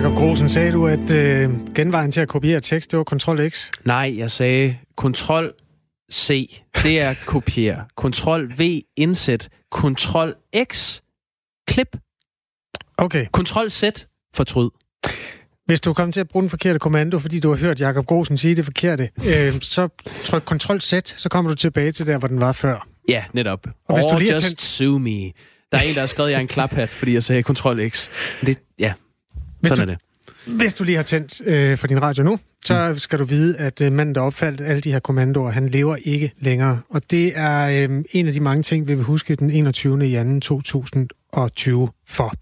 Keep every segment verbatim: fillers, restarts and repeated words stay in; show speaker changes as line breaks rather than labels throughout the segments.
Jakob Grosen, sagde du, at øh, genvejen til at kopiere tekst, det var kontrol X?
Nej, jeg sagde kontrol C, det er kopiere. kontrol V, indsæt. kontrol X, klip.
Okay.
kontrol Z, fortryd.
Hvis du kommer til at bruge den forkerte kommando, fordi du har hørt Jakob Grosen sige det forkerte, øh, så tryk kontrol Z, så kommer du tilbage til der, hvor den var før.
Ja, netop.
Og hvis
Or
du lige
just
tænkt...
sue me. Der er en, der har skrevet, jeg er en klaphat, fordi jeg sagde kontrol X. Det, ja,
hvis
sådan
du,
er det.
Hvis du lige har tændt øh, for din radio nu, så mm. skal du vide, at øh, manden, der opfandt alle de her kommandoer, han lever ikke længere. Og det er øh, en af de mange ting, vi vil huske den enogtyvende januar to tusind og tyve for.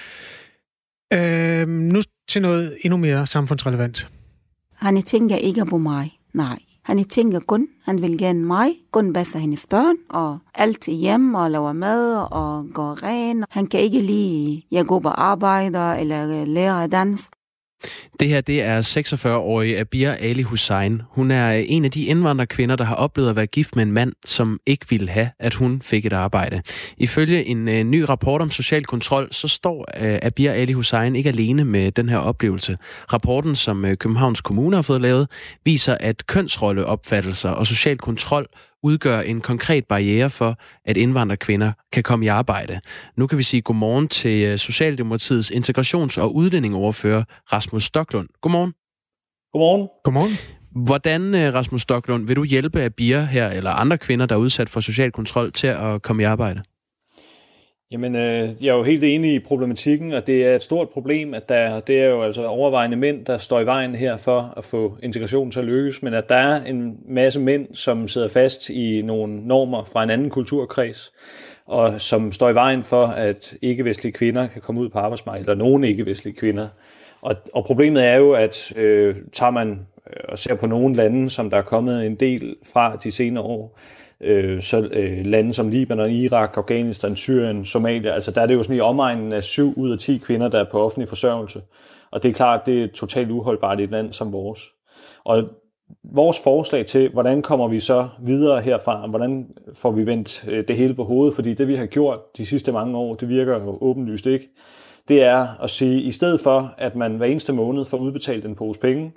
Øh, nu til noget endnu mere samfundsrelevant.
Han tænker ikke på mig, nej. Han tænker kun, han vil gerne mig, kun passe hendes børn, og alt hjemme og laver mad og går ren. Han kan ikke lide, jeg går på arbejde eller lærer dansk.
Det her, det er seksogfyrre-årige Abir Ali Hussein. Hun er en af de indvandrerkvinder, der har oplevet at være gift med en mand, som ikke ville have, at hun fik et arbejde. Ifølge en uh, ny rapport om social kontrol, så står uh, Abir Ali Hussein ikke alene med den her oplevelse. Rapporten, som uh, Københavns Kommune har fået lavet, viser, at kønsrolleopfattelser og social kontrol udgør en konkret barriere for, at indvandrerkvinder kan komme i arbejde. Nu kan vi sige godmorgen til Socialdemokratiets integrations- og udlændingeordfører Rasmus Stoklund. Godmorgen.
Godmorgen.
Godmorgen.
Hvordan, Rasmus Stoklund, vil du hjælpe Abir her, eller andre kvinder, der er udsat for social kontrol, til at komme i arbejde?
Jamen, øh, jeg er jo helt enig i problematikken, og det er et stort problem, at der, det er jo altså overvejende mænd, der står i vejen her for at få integration til at lykkes, men at der er en masse mænd, som sidder fast i nogle normer fra en anden kulturkreds, og som står i vejen for, at ikke-vestlige kvinder kan komme ud på arbejdsmarkedet, eller nogen ikke-vestlige kvinder. Og, og problemet er jo, at øh, tager man og ser på nogle lande, som der er kommet en del fra de senere år, Øh, så øh, lande som Libanon, Irak, Afghanistan, Syrien, Somalia, altså der er det jo sådan i omegnen af syv ud af ti kvinder, der er på offentlig forsørgelse. Og det er klart, det er totalt uholdbart i et land som vores. Og vores forslag til, hvordan kommer vi så videre herfra, hvordan får vi vendt øh, det hele på hovedet, fordi det vi har gjort de sidste mange år, det virker jo åbenlyst ikke, det er at sige, i stedet for, at man hver eneste måned får udbetalt en pose penge,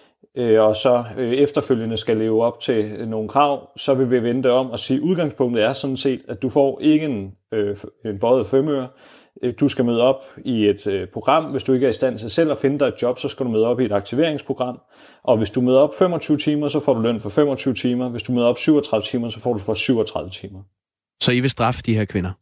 og så efterfølgende skal leve op til nogle krav, så vil vi vente om og sige, at udgangspunktet er sådan set, at du får ikke en, øh, en bøjet femøre. Du skal møde op i et øh, program. Hvis du ikke er i stand til selv at finde dig et job, så skal du møde op i et aktiveringsprogram. Og hvis du møder op femogtyve timer, så får du løn for femogtyve timer. Hvis du møder op syvogtredive timer, så får du for syvogtredive timer.
Så I vil straffe de her kvinder?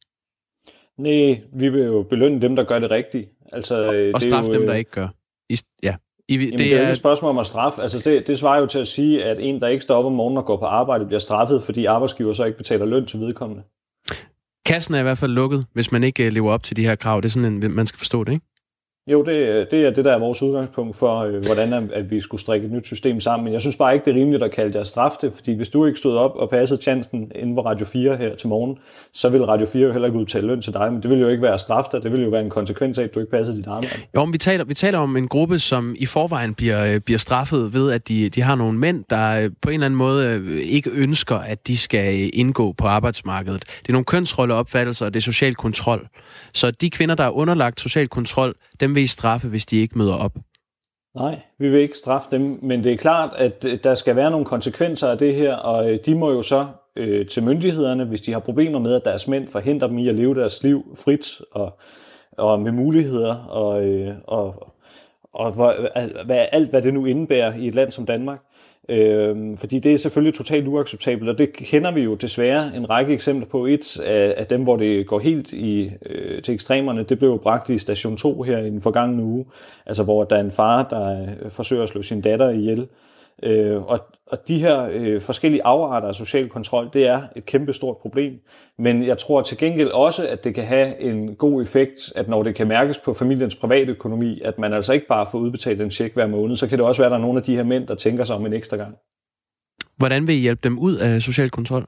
Nej, vi vil jo belønne dem, der gør det rigtigt. Altså,
og
det
og straffe
jo,
dem, der ikke gør? I, ja. I,
Jamen, det, det er jo ikke et spørgsmål om at straffe. Altså det, det svarer jo til at sige, at en, der ikke står op om morgenen og går på arbejde, bliver straffet, fordi arbejdsgiver så ikke betaler løn til vedkommende.
Kassen er i hvert fald lukket, hvis man ikke lever op til de her krav. Det er sådan, en, man skal forstå det, ikke?
Jo, det, det er det, der er vores udgangspunkt for, øh, hvordan at, at vi skulle strikke et nyt system sammen. Men jeg synes bare ikke, det er rimeligt at kalde jer straf det, fordi hvis du ikke stod op og passede chancen inde på Radio fire her til morgen, så vil Radio fire jo heller ikke udtale løn til dig, men det vil jo ikke være straf dig, det vil jo være en konsekvens af, at du ikke passede dit arbejde.
Jo, men vi taler, vi taler om en gruppe, som i forvejen bliver, bliver straffet ved, at de, de har nogle mænd, der på en eller anden måde ikke ønsker, at de skal indgå på arbejdsmarkedet. Det er nogle kønsrolleopfattelser, og det er social kontrol. Så de kvinder, der er underlagt social kontrol, dem vil I straffe, hvis de ikke møder op?
Nej, vi vil ikke straffe dem, men det er klart, at der skal være nogle konsekvenser af det her, og de må jo så øh, til myndighederne, hvis de har problemer med, at deres mænd forhindrer dem i at leve deres liv frit og, og med muligheder, og, øh, og, og hvad, hvad, alt hvad det nu indebærer i et land som Danmark. Øh, fordi det er selvfølgelig totalt uacceptabelt, og det kender vi jo desværre en række eksempler på. Et af, af dem, hvor det går helt i, øh, til ekstremerne, det blev jo bragt i station to her i den forgangne uge, altså hvor der er en far, der øh, forsøger at slå sin datter ihjel. Øh, og, og de her øh, forskellige afarter af social kontrol, det er et kæmpe stort problem. Men jeg tror til gengæld også, at det kan have en god effekt, at når det kan mærkes på familiens privatøkonomi, at man altså ikke bare får udbetalt en check hver måned, så kan det også være, at der er nogle af de her mænd, der tænker sig om en ekstra gang.
Hvordan vil I hjælpe dem ud af social kontrol?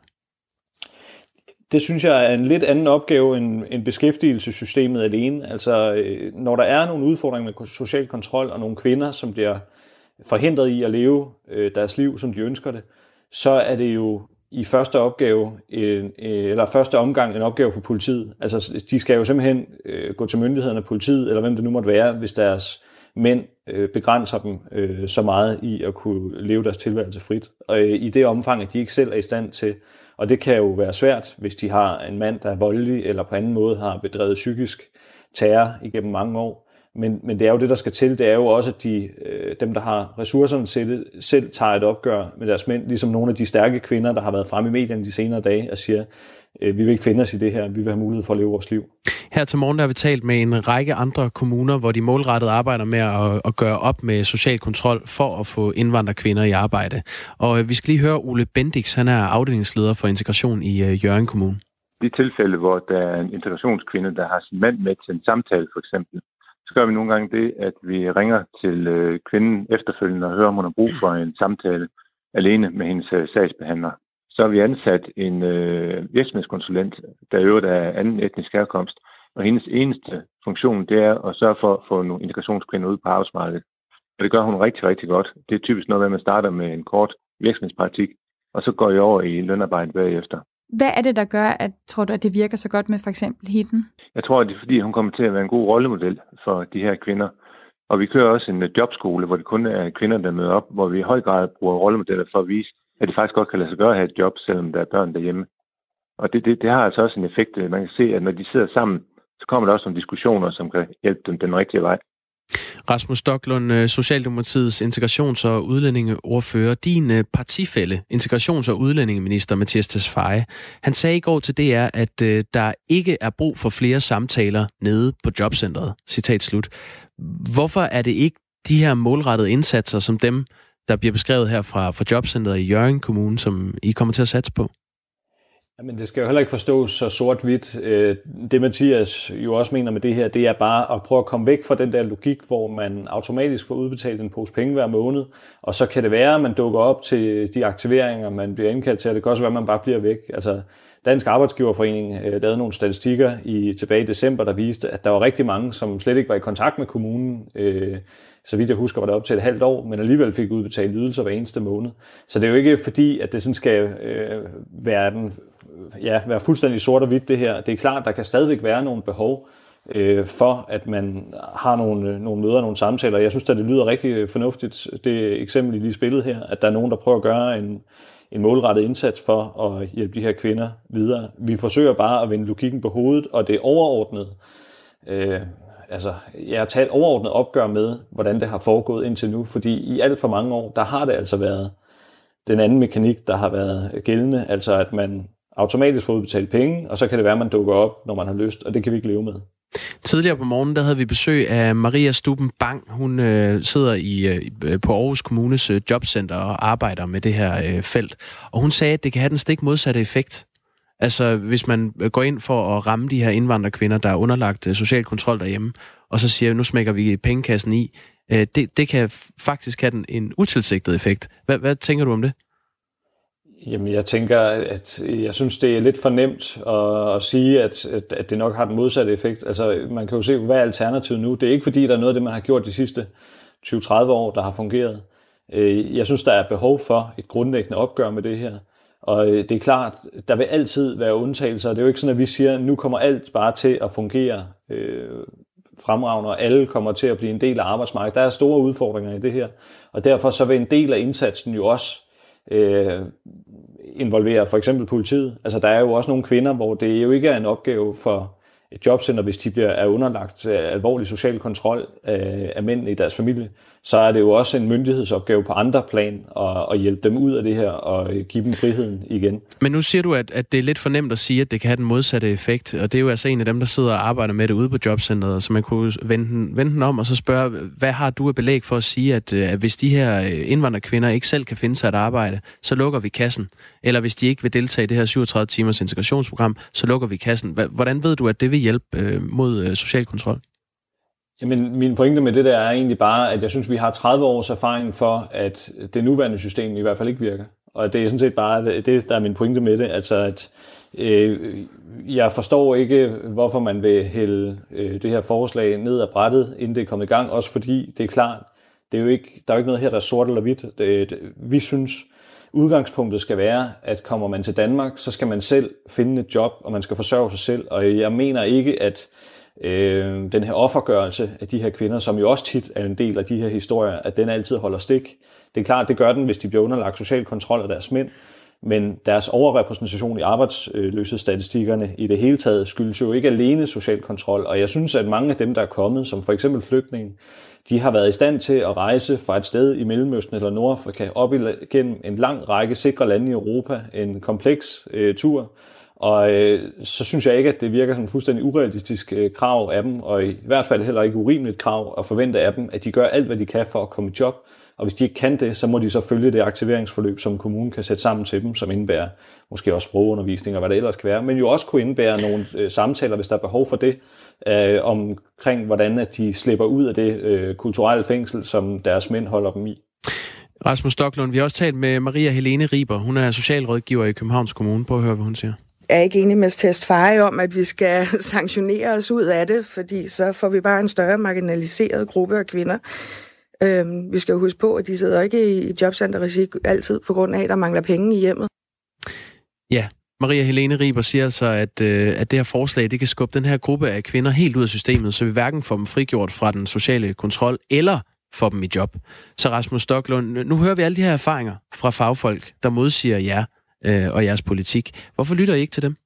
Det synes jeg er en lidt anden opgave end, end beskæftigelsessystemet alene. Altså, øh, når der er nogle udfordringer med social kontrol, og nogle kvinder, som bliver forhindret i at leve øh, deres liv, som de ønsker det, så er det jo i første opgave, en, eller første omgang en opgave for politiet. Altså, de skal jo simpelthen øh, gå til myndighederne, politiet, eller hvem det nu måtte være, hvis deres mænd øh, begrænser dem øh, så meget i at kunne leve deres tilværelse frit. Og øh, i det omfang, at de ikke selv er i stand til, og det kan jo være svært, hvis de har en mand, der er voldelig, eller på anden måde har bedrevet psykisk terror igennem mange år. Men, men det er jo det, der skal til. Det er jo også, at de, øh, dem, der har ressourcerne til det, selv tager et opgør med deres mænd, ligesom nogle af de stærke kvinder, der har været fremme i medierne de senere dage, og siger, øh, vi vil ikke finde os i det her, vi vil have mulighed for at leve vores liv. Her til morgen der har vi talt med en række andre kommuner, hvor de målrettet arbejder med at, at gøre op med social kontrol for at få indvandrerkvinder i arbejde. Og øh, vi skal lige høre Ole Bendix, han er afdelingsleder for integration i øh, Hjørring Kommune.
De tilfælde, hvor der er en integrationskvinde, der har sin mand med til en samtale for eksempel, så gør vi nogle gange det, at vi ringer til øh, kvinden efterfølgende og hører, om hun har brug for en samtale alene med hendes øh, sagsbehandler. Så har vi ansat en øh, virksomhedskonsulent, der i øvrigt er anden etnisk herkomst, og hendes eneste funktion, det er at sørge for at få nogle integrationskvinder ud på arbejdsmarkedet. Og det gør hun rigtig, rigtig godt. Det er typisk noget, at man starter med en kort virksomhedspraktik, og så går I over i lønarbejde bagefter.
Hvad er det, der gør, at tror du, at det virker så godt med for eksempel hende?
Jeg tror, at det er fordi, hun kommer til at være en god rollemodel for de her kvinder. Og vi kører også en jobskole, hvor det kun er kvinder, der møder op, hvor vi i høj grad bruger rollemodeller for at vise, at det faktisk godt kan lade sig gøre at have et job, selvom der er børn derhjemme. Og det, det, det har altså også en effekt. Man kan se, at når de sidder sammen, så kommer der også nogle diskussioner, som kan hjælpe dem den rigtige vej.
Rasmus Stoklund, Socialdemokratiets integrations- og udlændingeordfører. Din partifælle, integrations- og udlændingeminister Mattias Tesfaye, han sagde i går til D R, at øh, der ikke er brug for flere samtaler nede på jobcentret. Citat slut. Hvorfor er det ikke de her målrettede indsatser, som dem, der bliver beskrevet her fra, fra jobcentret i Hjørring Kommune, som I kommer til at satse på?
Men det skal jo heller ikke forstås så sort-hvidt. Det Mathias jo også mener med det her, det er bare at prøve at komme væk fra den der logik, hvor man automatisk får udbetalt en pose penge hver måned, og så kan det være, at man dukker op til de aktiveringer, man bliver indkaldt til, og det kan også være, at man bare bliver væk. Altså, Dansk Arbejdsgiverforening lavede nogle statistikker i, tilbage i december, der viste, at der var rigtig mange, som slet ikke var i kontakt med kommunen. Øh, så vidt jeg husker, var det op til et halvt år, men alligevel fik udbetalt ydelser hver eneste måned. Så det er jo ikke fordi, at det sådan skal øh, være, den, ja, være fuldstændig sort og hvidt det her. Det er klart, at der kan stadigvæk være nogle behov øh, for, at man har nogle, nogle møder og nogle samtaler. Jeg synes, at det lyder rigtig fornuftigt, det eksempel, I lige spillede her, at der er nogen, der prøver at gøre en en målrettet indsats for at hjælpe de her kvinder videre. Vi forsøger bare at vende logikken på hovedet, og det er overordnet, øh, altså jeg har taget overordnet opgør med, hvordan det har foregået indtil nu, fordi i alt for mange år, der har det altså været den anden mekanik, der har været gældende, altså at man automatisk får udbetalt penge, og så kan det være, at man dukker op, når man har lyst, og det kan vi ikke leve med.
Tidligere på morgenen, der havde vi besøg af Maria Stuben Bang. Hun øh, sidder i, øh, på Aarhus Kommunes øh, jobcenter og arbejder med det her øh, felt. Og hun sagde, at det kan have den stik modsatte effekt. Altså, hvis man går ind for at ramme de her indvandrerkvinder, der er underlagt øh, social kontrol derhjemme, og så siger, nu smækker vi pengekassen i, øh, det, det kan faktisk have den, en utilsigtet effekt. Hvad, hvad tænker du om det?
Jamen, jeg tænker, at jeg synes, det er lidt for nemt at, at sige, at, at, at det nok har den modsatte effekt. Altså, man kan jo se, hvad er alternativet nu? Det er ikke fordi, der er noget af det, man har gjort de sidste tyve til tredive år, der har fungeret. Jeg synes, der er behov for et grundlæggende opgør med det her. Og det er klart, der vil altid være undtagelser. Det er jo ikke sådan, at vi siger, at nu kommer alt bare til at fungere øh, fremragende, og alle kommer til at blive en del af arbejdsmarkedet. Der er store udfordringer i det her. Og derfor så vil en del af indsatsen jo også Øh, involverer for eksempel politiet. Altså der er jo også nogle kvinder, hvor det jo ikke er en opgave for et jobcenter, hvis de bliver er underlagt alvorlig social kontrol af, af mænd i deres familie, så er det jo også en myndighedsopgave på andre plan at, at hjælpe dem ud af det her og give dem friheden igen. Men nu siger du, at, at det er lidt for nemt at sige, at det kan have den modsatte effekt, og det er jo altså en af dem, der sidder og arbejder med det ude på jobcentret, så man kunne vende, vende den om og så spørge, hvad har du af belæg for at sige, at, at hvis de her indvandrerkvinder ikke selv kan finde sig et arbejde, så lukker vi kassen, eller hvis de ikke vil deltage i det her syvogtredive timers integrationsprogram, så lukker vi kassen. Hvordan ved du, at det vil hjælpe øh, mod øh, social kontrol? Jamen, min pointe med det der er egentlig bare, at jeg synes, vi har tredive års erfaring for, at det nuværende system i hvert fald ikke virker. Og det er sådan set bare det, der er min pointe med det. Altså, at øh, jeg forstår ikke, hvorfor man vil hælde øh, det her forslag ned ad brættet, inden det er kommet i gang. Også fordi, det er klart, det er jo ikke, der er jo ikke noget her, der er sort eller hvidt. Det, det, vi synes, udgangspunktet skal være, at kommer man til Danmark, så skal man selv finde et job, og man skal forsørge sig selv. Og jeg mener ikke, at øh, den her offergørelse af de her kvinder, som jo også tit er en del af de her historier, at den altid holder stik. Det er klart, det gør den, hvis de bliver underlagt social kontrol af deres mænd, men deres overrepræsentation i arbejdsløshedsstatistikkerne i det hele taget skyldes jo ikke alene social kontrol, og jeg synes, at mange af dem, der er kommet, som for eksempel flygtninge, de har været i stand til at rejse fra et sted i Mellemøsten eller Nordafrika op igennem en lang række sikre lande i Europa, en kompleks øh, tur, og øh, så synes jeg ikke, at det virker som en fuldstændig urealistisk øh, krav af dem, og i hvert fald heller ikke urimeligt krav at forvente af dem, at de gør alt, hvad de kan for at komme i job. Og hvis de ikke kan det, så må de så følge det aktiveringsforløb, som kommunen kan sætte sammen til dem, som indebærer måske også sprogundervisning og hvad det ellers kan være, men jo også kunne indebære nogle øh, samtaler, hvis der er behov for det, øh, omkring hvordan at de slipper ud af det øh, kulturelle fængsel, som deres mænd holder dem i.
Rasmus Stoklund, vi har også talt med Maria Helene Riber. Hun er socialrådgiver i Københavns Kommune. Prøv at høre, hvad hun siger.
Jeg er ikke enig med Testfare om, at vi skal sanktionere os ud af det, fordi så får vi bare en større marginaliseret gruppe af kvinder. Øhm, vi skal jo huske på, at de sidder ikke i jobcenterregi altid på grund af, at der mangler penge i hjemmet.
Ja, Maria Helene Riber siger altså, at, øh, at det her forslag, det kan skubbe den her gruppe af kvinder helt ud af systemet, så vi hverken får dem frigjort fra den sociale kontrol, eller får dem i job. Så Rasmus Stoklund, nu hører vi alle de her erfaringer fra fagfolk, der modsiger jer øh, og jeres politik. Hvorfor lytter I ikke til dem?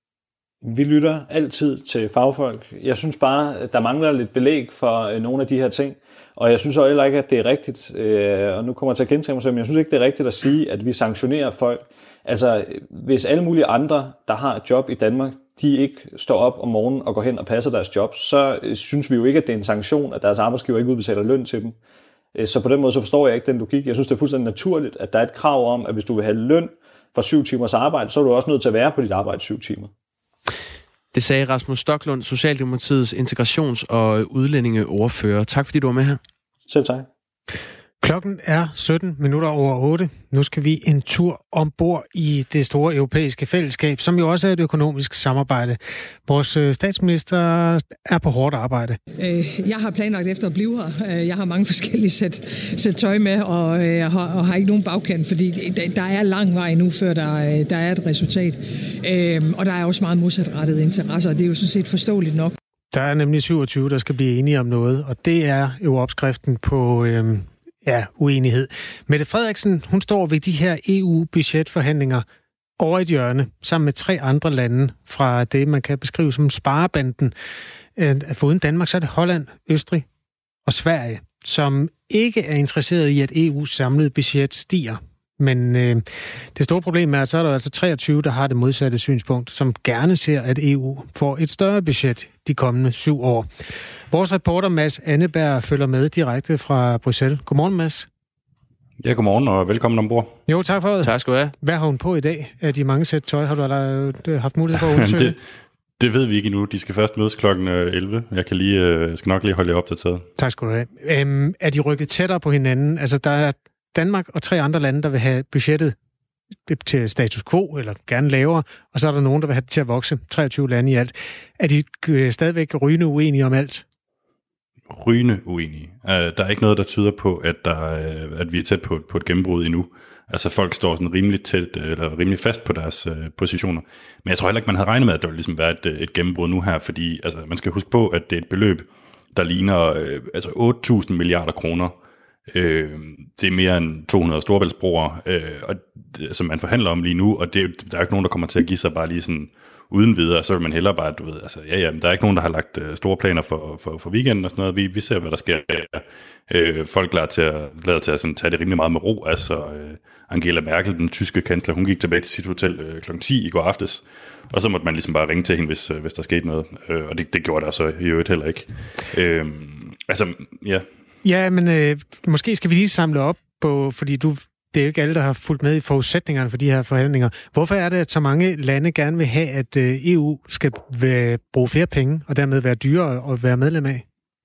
Vi lytter altid til fagfolk. Jeg synes bare, at der mangler lidt belæg for øh, nogle af de her ting. Og jeg synes også heller ikke, at det er rigtigt, øh, og nu kommer jeg til at gentage mig selv, men jeg synes ikke, det er rigtigt at sige, at vi sanktionerer folk. Altså, hvis alle mulige andre, der har et job i Danmark, de ikke står op om morgenen og går hen og passer deres job, så øh, synes vi jo ikke, at det er en sanktion, at deres arbejdsgiver ikke udbetaler løn til dem. Øh, så på den måde så forstår jeg ikke den logik. Jeg synes, det er fuldstændig naturligt, at der er et krav om, at hvis du vil have løn for syv timers arbejde, så er du også nødt til at være på dit arbejde syv timer.
Det sagde Rasmus Stoklund, Socialdemokratiets integrations- og udlændingeordfører. Tak fordi du var med her.
Selv tak.
Klokken er sytten minutter over otte. Nu skal vi en tur ombord i det store europæiske fællesskab, som jo også er et økonomisk samarbejde. Vores statsminister er på hårdt arbejde.
Jeg har planlagt efter at blive her. Jeg har mange forskellige sæt, sæt tøj med, og jeg har, og har ikke nogen bagkant, fordi der er lang vej nu, før der, der er et resultat. Og der er også meget modsatrettede interesser, og det er jo sådan set forståeligt nok.
Der er nemlig syvogtyve, der skal blive enige om noget, og det er jo opskriften på øhm, ja, uenighed. Mette Frederiksen, hun står ved de her E U-budgetforhandlinger over et hjørne, sammen med tre andre lande fra det, man kan beskrive som sparebanden. At foruden Danmark, så er det Holland, Østrig og Sverige, som ikke er interesseret i, at E U's samlede budget stiger. Men øh, det store problem er, at så er der altså treogtyve, der har det modsatte synspunkt, som gerne ser, at E U får et større budget de kommende syv år. Vores reporter Mads Anneberg følger med direkte fra Bruxelles. Godmorgen, Mads.
Ja, godmorgen og velkommen ombord.
Jo, tak for det.
Tak skal du have.
Hvad har hun på i dag af de mange sæt tøj? Har du allerede haft mulighed for at undersøge?
det, det ved vi ikke endnu. De skal først mødes klokken elleve. Jeg kan lige, øh, skal nok lige holde jer opdateret.
Tak skal du have. Øhm, er de rykket tættere på hinanden? Altså, der er Danmark og tre andre lande, der vil have budgettet til status quo, eller gerne lavere, og så er der nogen, der vil have det til at vokse. treogtyve lande i alt. Er de øh, stadigvæk rygende uenige om alt?
Rygende uenige. Uh, der er ikke noget, der tyder på, at, der, uh, at vi er tæt på, på et gennembrud endnu. Altså folk står sådan rimelig tæt, eller rimelig fast på deres uh, positioner. Men jeg tror heller ikke, man havde regnet med, at der ville ligesom være et, et gennembrud nu her, fordi altså, man skal huske på, at det er et beløb, der ligner uh, altså otte tusind milliarder kroner. Øh, det er mere end to hundrede storebæltsbroer, øh, og, som man forhandler om lige nu, og det, der er ikke nogen, der kommer til at give sig bare lige sådan uden videre, så vil man hellere bare, du ved, altså, ja, ja, der er ikke nogen, der har lagt øh, store planer for, for, for weekenden og sådan noget. Vi, vi ser, hvad der sker. Øh, folk lader til at, lader til at sådan, tage det rimelig meget med ro. Altså, øh, Angela Merkel, den tyske kansler, hun gik tilbage til sit hotel øh, klokken ti i går aftes, og så måtte man ligesom bare ringe til hende, hvis, øh, hvis der skete noget. Øh, og det, det gjorde der så i øvrigt heller ikke. Øh, altså, ja.
Ja, men øh, måske skal vi lige samle op på, fordi du, det er jo ikke alle, der har fulgt med i forudsætningerne for de her forhandlinger. Hvorfor er det, at så mange lande gerne vil have, at øh, E U skal være, bruge flere penge, og dermed være dyrere at være medlem af?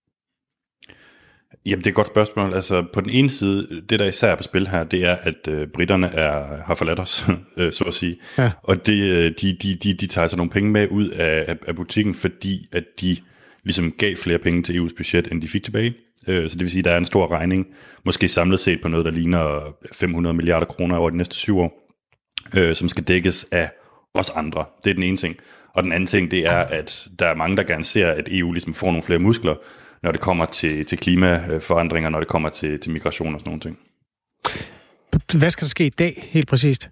Jamen, det er et godt spørgsmål. Altså, på den ene side, det der især er på spil her, det er, at øh, britterne er, har forladt os, øh, så at sige. Ja. Og det, de, de, de, de tager så nogle penge med ud af, af butikken, fordi at de ligesom gav flere penge til E U's budget, end de fik tilbage. Så det vil sige, at der er en stor regning, måske samlet set på noget, der ligner fem hundrede milliarder kroner over de næste syv år, øh, som skal dækkes af os andre. Det er den ene ting. Og den anden ting, det er, at der er mange, der gerne ser, at E U ligesom får nogle flere muskler, når det kommer til, til klimaforandringer, når det kommer til, til migration og sådan nogle ting.
Hvad skal der ske i dag, helt præcist?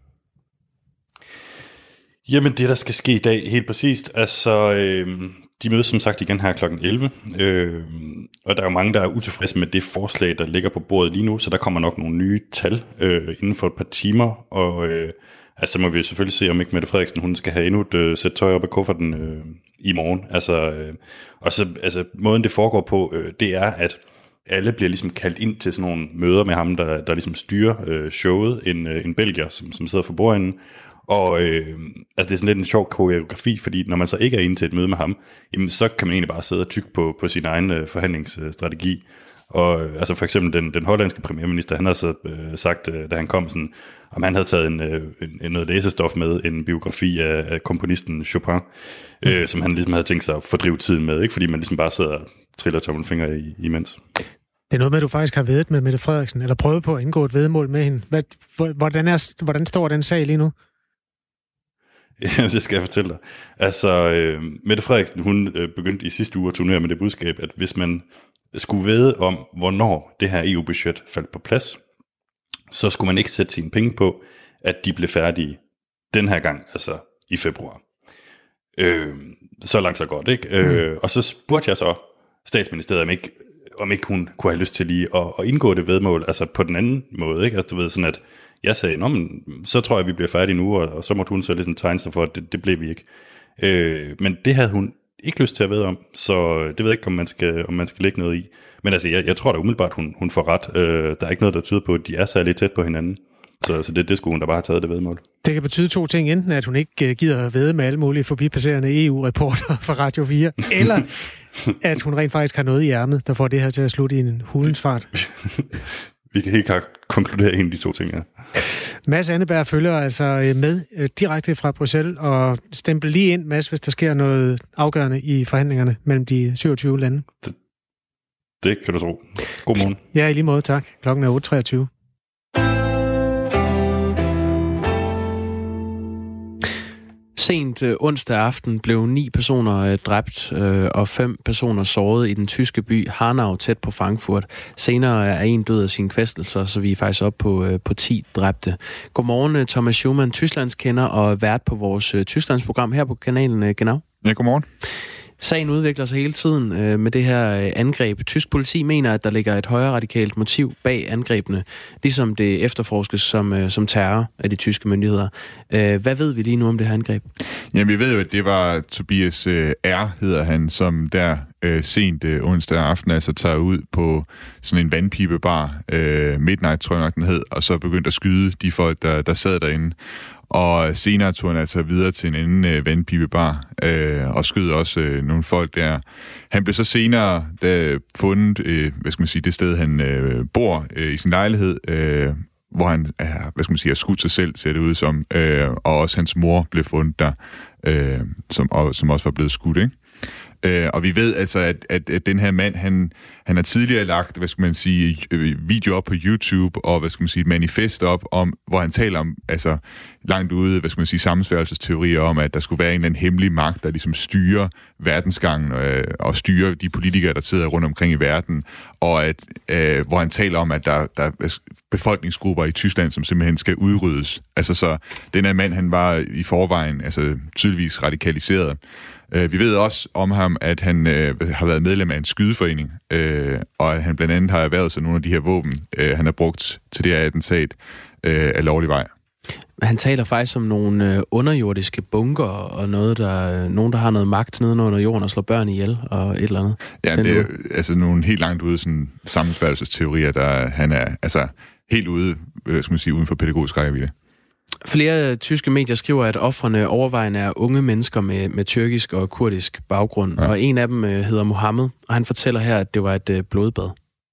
Jamen, det der skal ske i dag, helt præcist, altså, øh, de mødes som sagt igen her klokken elleve, øh, og der er jo mange, der er utilfredse med det forslag, der ligger på bordet lige nu, så der kommer nok nogle nye tal øh, inden for et par timer, og øh, altså må vi jo selvfølgelig se, om ikke Mette Frederiksen, hun skal have endnu et øh, sæt tøj op af kufferten øh, i morgen. Altså, øh, og så, altså, måden det foregår på, øh, det er, at alle bliver ligesom kaldt ind til sådan nogle møder med ham, der, der ligesom styrer øh, showet, en, øh, en belgier, som, som sidder for bordenden. Og øh, altså det er sådan lidt en sjov koreografi, fordi når man så ikke er inde til et møde med ham, jamen, så kan man egentlig bare sidde og tygge på, på sin egen øh, forhandlingsstrategi. Og øh, altså for eksempel den, den hollandske premierminister, han har så øh, sagt, øh, da han kom sådan, om han havde taget en, øh, en, noget læsestof med, en biografi af, af komponisten Chopin, øh, mm. som han ligesom havde tænkt sig at fordrive tiden med, ikke? Fordi man ligesom bare sidder og triller tommelfingre i, imens.
Det er noget med, at du faktisk har vedet med Mette Frederiksen, eller prøvet på at indgå et vedmål med hende. Hvad, hvordan, er, hvordan står den sag lige nu?
Ja, det skal jeg fortælle dig. Altså, øh, Mette Frederiksen, hun øh, begyndte i sidste uge at turnere med det budskab, at hvis man skulle vide om, hvornår det her E U-budget faldt på plads, så skulle man ikke sætte sine penge på, at de blev færdige den her gang, altså i februar. Øh, så langt så godt, ikke? Mm. Øh, og så spurgte jeg så statsministeriet, om ikke, om ikke hun kunne have lyst til lige at, at indgå det vedmål, altså på den anden måde, ikke? Altså du ved sådan, at jeg sagde, nå, men så tror jeg, vi bliver færdige nu, og, og så måtte hun så ligesom tegne sig for, at det, det blev vi ikke. Øh, men det havde hun ikke lyst til at vide om, så det ved jeg ikke, om man skal, om man skal lægge noget i. Men altså, jeg, jeg tror da umiddelbart, hun, hun får ret. Øh, der er ikke noget, der tyder på, at de er særlig tæt på hinanden. Så, så det, det skulle hun da bare have taget det vedmål. Det
kan betyde to ting. Enten at hun ikke gider at væde med alle mulige forbipasserende E U-reporter fra Radio fire, eller at hun rent faktisk har noget i ærmet, der får det her til at slutte i en hulens fart.
Vi kan helt klart konkludere en af de to ting, ja.
Mads Anneberg følger altså med direkte fra Bruxelles, og stempel lige ind, Mads, hvis der sker noget afgørende i forhandlingerne mellem de syvogtyve lande.
Det, det kan du tro. God morgen.
Ja, i lige måde, tak. Klokken er otte treogtyve.
Sent øh, onsdag aften blev ni personer øh, dræbt øh, og fem personer såret i den tyske by Hanau tæt på Frankfurt. Senere er en død af sine kvæstelser, så vi er faktisk oppe på, øh, på ti dræbte. Godmorgen, Thomas Schumann, Tysklands kender og vært på vores øh, Tysklandsprogram her på kanalen øh, Genau.
Ja, godmorgen.
Sagen udvikler sig hele tiden øh, med det her øh, angreb. Tysk politi mener, at der ligger et højere radikalt motiv bag angrebene, ligesom det efterforskes som, øh, som terror af de tyske myndigheder. Øh, hvad ved vi lige nu om det her angreb?
Jamen, vi ved jo, at det var Tobias øh, R., hedder han, som der øh, sent øh, onsdag aften altså tager ud på sådan en vandpibebar, øh, Midnight tror jeg nok den hed, og så begyndte at skyde de folk, der, der sad derinde. Og senere tog han altså videre til en anden øh, vandpibebar øh, og skød også øh, nogle folk der. Han blev så senere der, fundet, øh, hvad skal man sige, det sted, han øh, bor øh, i sin lejlighed, øh, hvor han er, hvad skal man sige, har skudt sig selv, ser det ud som, øh, og også hans mor blev fundet der, øh, som, og, som også var blevet skudt, ikke? Øh, og vi ved altså, at, at, at den her mand, han, han har tidligere lagt, hvad skal man sige, video op på YouTube, og hvad skal man sige, et manifest op, om, hvor han taler om, altså langt ude, hvad skal man sige, sammensværgelsesteorier om, at der skulle være en eller anden hemmelig magt, der ligesom styrer verdensgangen, øh, og styrer de politikere, der sidder rundt omkring i verden, og at, øh, hvor han taler om, at der, der er befolkningsgrupper i Tyskland, som simpelthen skal udryddes. Altså så, den her mand, han var i forvejen, altså tydeligvis radikaliseret. Vi ved også om ham, at han øh, har været medlem af en skydeforening, øh, og at han blandt andet har erhvervet sig nogle af de her våben, øh, han har brugt til det her attentat øh, af lovlig vej.
Han taler faktisk om nogle øh, underjordiske bunker og noget, der, nogen, der har noget magt nede under jorden og slår børn ihjel og et eller andet.
Ja, det er altså nogle helt langt ude sådan sammensværgelsesteorier, der han er altså helt ude, øh, skal man sige, uden for pædagogisk rækkevidde.
Flere tyske medier skriver, at ofrene overvejende er unge mennesker med, med tyrkisk og kurdisk baggrund, ja. Og en af dem øh, hedder Mohammed, og han fortæller her, at det var et øh, blodbad.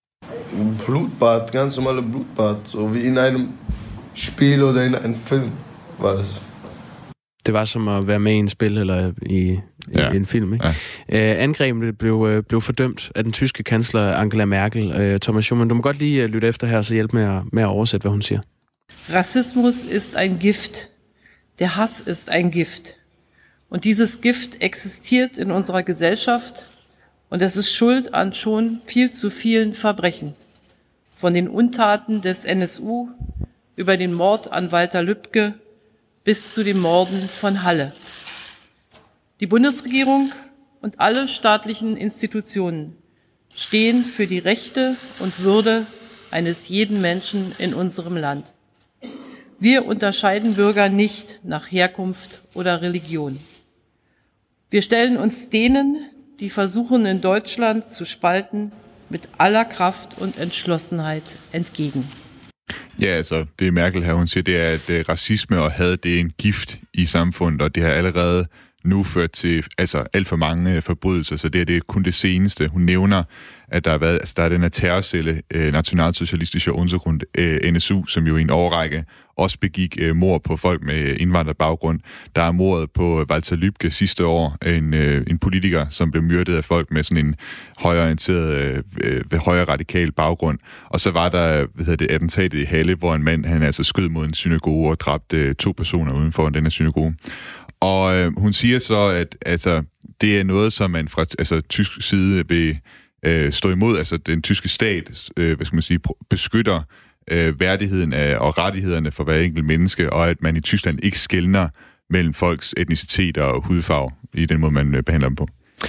Blutbad, ganz normale Blutbad, so wie in einem Spiel oder in einem Film, var det.
Det var som at være med i en spil eller i, ja. i en film, ikke? Ja. Øh, angrebet blev, øh, blev fordømt af den tyske kansler Angela Merkel. Øh, Thomas Schumann, du må godt lige lytte efter her, så hjælp med at, med at oversætte, hvad hun siger.
Rassismus ist ein Gift. Der Hass ist ein Gift. Und dieses Gift existiert in unserer Gesellschaft und es ist schuld an schon viel zu vielen Verbrechen. Von den Untaten des N S U über den Mord an Walter Lübcke bis zu den Morden von Halle. Die Bundesregierung und alle staatlichen Institutionen stehen für die Rechte und Würde eines jeden Menschen in unserem Land. Wir unterscheiden Bürger nicht nach Herkunft oder Religion. Wir stellen uns denen, die versuchen, in Deutschland zu spalten, mit aller Kraft und Entschlossenheit entgegen.
Ja, altså, det Merkel her, hun siger, det er, at racisme og had, det er en gift i samfundet, og det har allerede nu ført til altså, alt for mange forbrydelser, så det er, det er kun det seneste. Hun nævner, at der, har været, altså, der er den her terrorcelle, øh, Nationalsocialistische Untergrund, øh, N S U, som jo i en årrække også begik øh, mord på folk med indvandrerbaggrund. Der er mordet på Walter Lübcke sidste år, en, øh, en politiker, som blev myrdet af folk med sådan en højreorienteret, øh, øh, højre radikal baggrund. Og så var der hvad hedder det, attentatet i Halle, hvor en mand han altså skød mod en synagoge og dræbte øh, to personer uden for den her synagoge. Og øh, hun siger så, at altså, det er noget, som man fra altså, tysk side vil øh, stå imod. Altså den tyske stat øh, hvad skal man sige, beskytter øh, værdigheden af, og rettighederne for hver enkelt menneske, og at man i Tyskland ikke skelner mellem folks etnicitet og hudfarve i den måde, man øh, behandler dem på.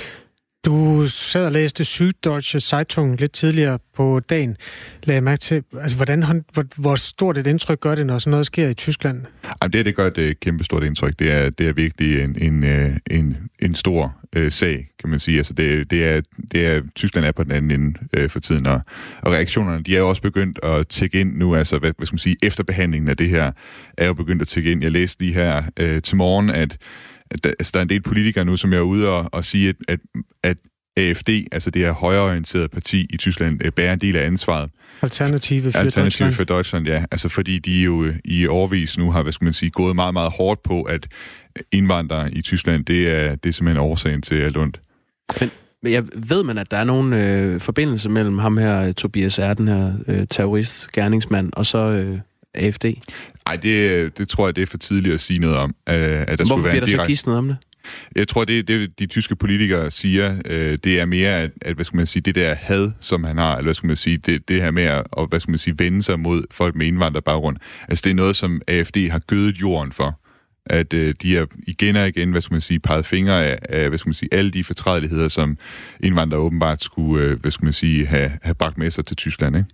Du sad og læste Süddeutsche Zeitung lidt tidligere på dagen. Lagde jeg mærke til, altså, hvordan, hvor, hvor stort et indtryk gør det, når sådan noget sker i Tyskland?
Jamen, det, det gør et kæmpe stort indtryk. Det er, det er virkelig en, en, en, en stor øh, sag, kan man sige. Altså, det, det, er, det er, Tyskland er på den anden ende øh, for tiden, og, og reaktionerne, de er jo også begyndt at tække ind nu. Altså, hvad, hvad skal man sige, efterbehandlingen af det her er jo begyndt at tække ind. Jeg læste lige her øh, til morgen, at at der, altså, der er en del politikere nu, som er ude og, og sige, at, at, at A F D, altså det her højreorienterede parti i Tyskland, bærer en del af ansvaret.
Alternative for
Alternative
Deutschland.
for Deutschland, ja. Altså fordi de jo i årvis nu har, hvad skal man sige, gået meget, meget hårdt på, at indvandrere i Tyskland, det er, det er simpelthen årsagen til alt ondt.
Men, men jeg ved man, at der er nogen øh, forbindelse mellem ham her, Tobias R., den her øh, terrorist, gerningsmand, og så øh, A F D?
Nej, det, det tror jeg, det er for tidligt at sige noget om. Øh, at der
Hvorfor
skulle være
bliver der
direkt...
så gidsnet om det?
Jeg tror, det, det de tyske politikere siger, øh, det er mere, at, at hvad skal man sige, det der had, som han har, eller hvad skal man sige, det, det her med at og, hvad skal man sige, vende sig mod folk med indvandrerbaggrund. Altså det er noget, som A F D har gødet jorden for. At øh, de har igen og igen, hvad skal man sige, peget fingre af, af hvad skal man sige, alle de fortrædeligheder, som indvandrere åbenbart skulle, øh, hvad skal man sige, have, have bragt med sig til Tyskland, ikke?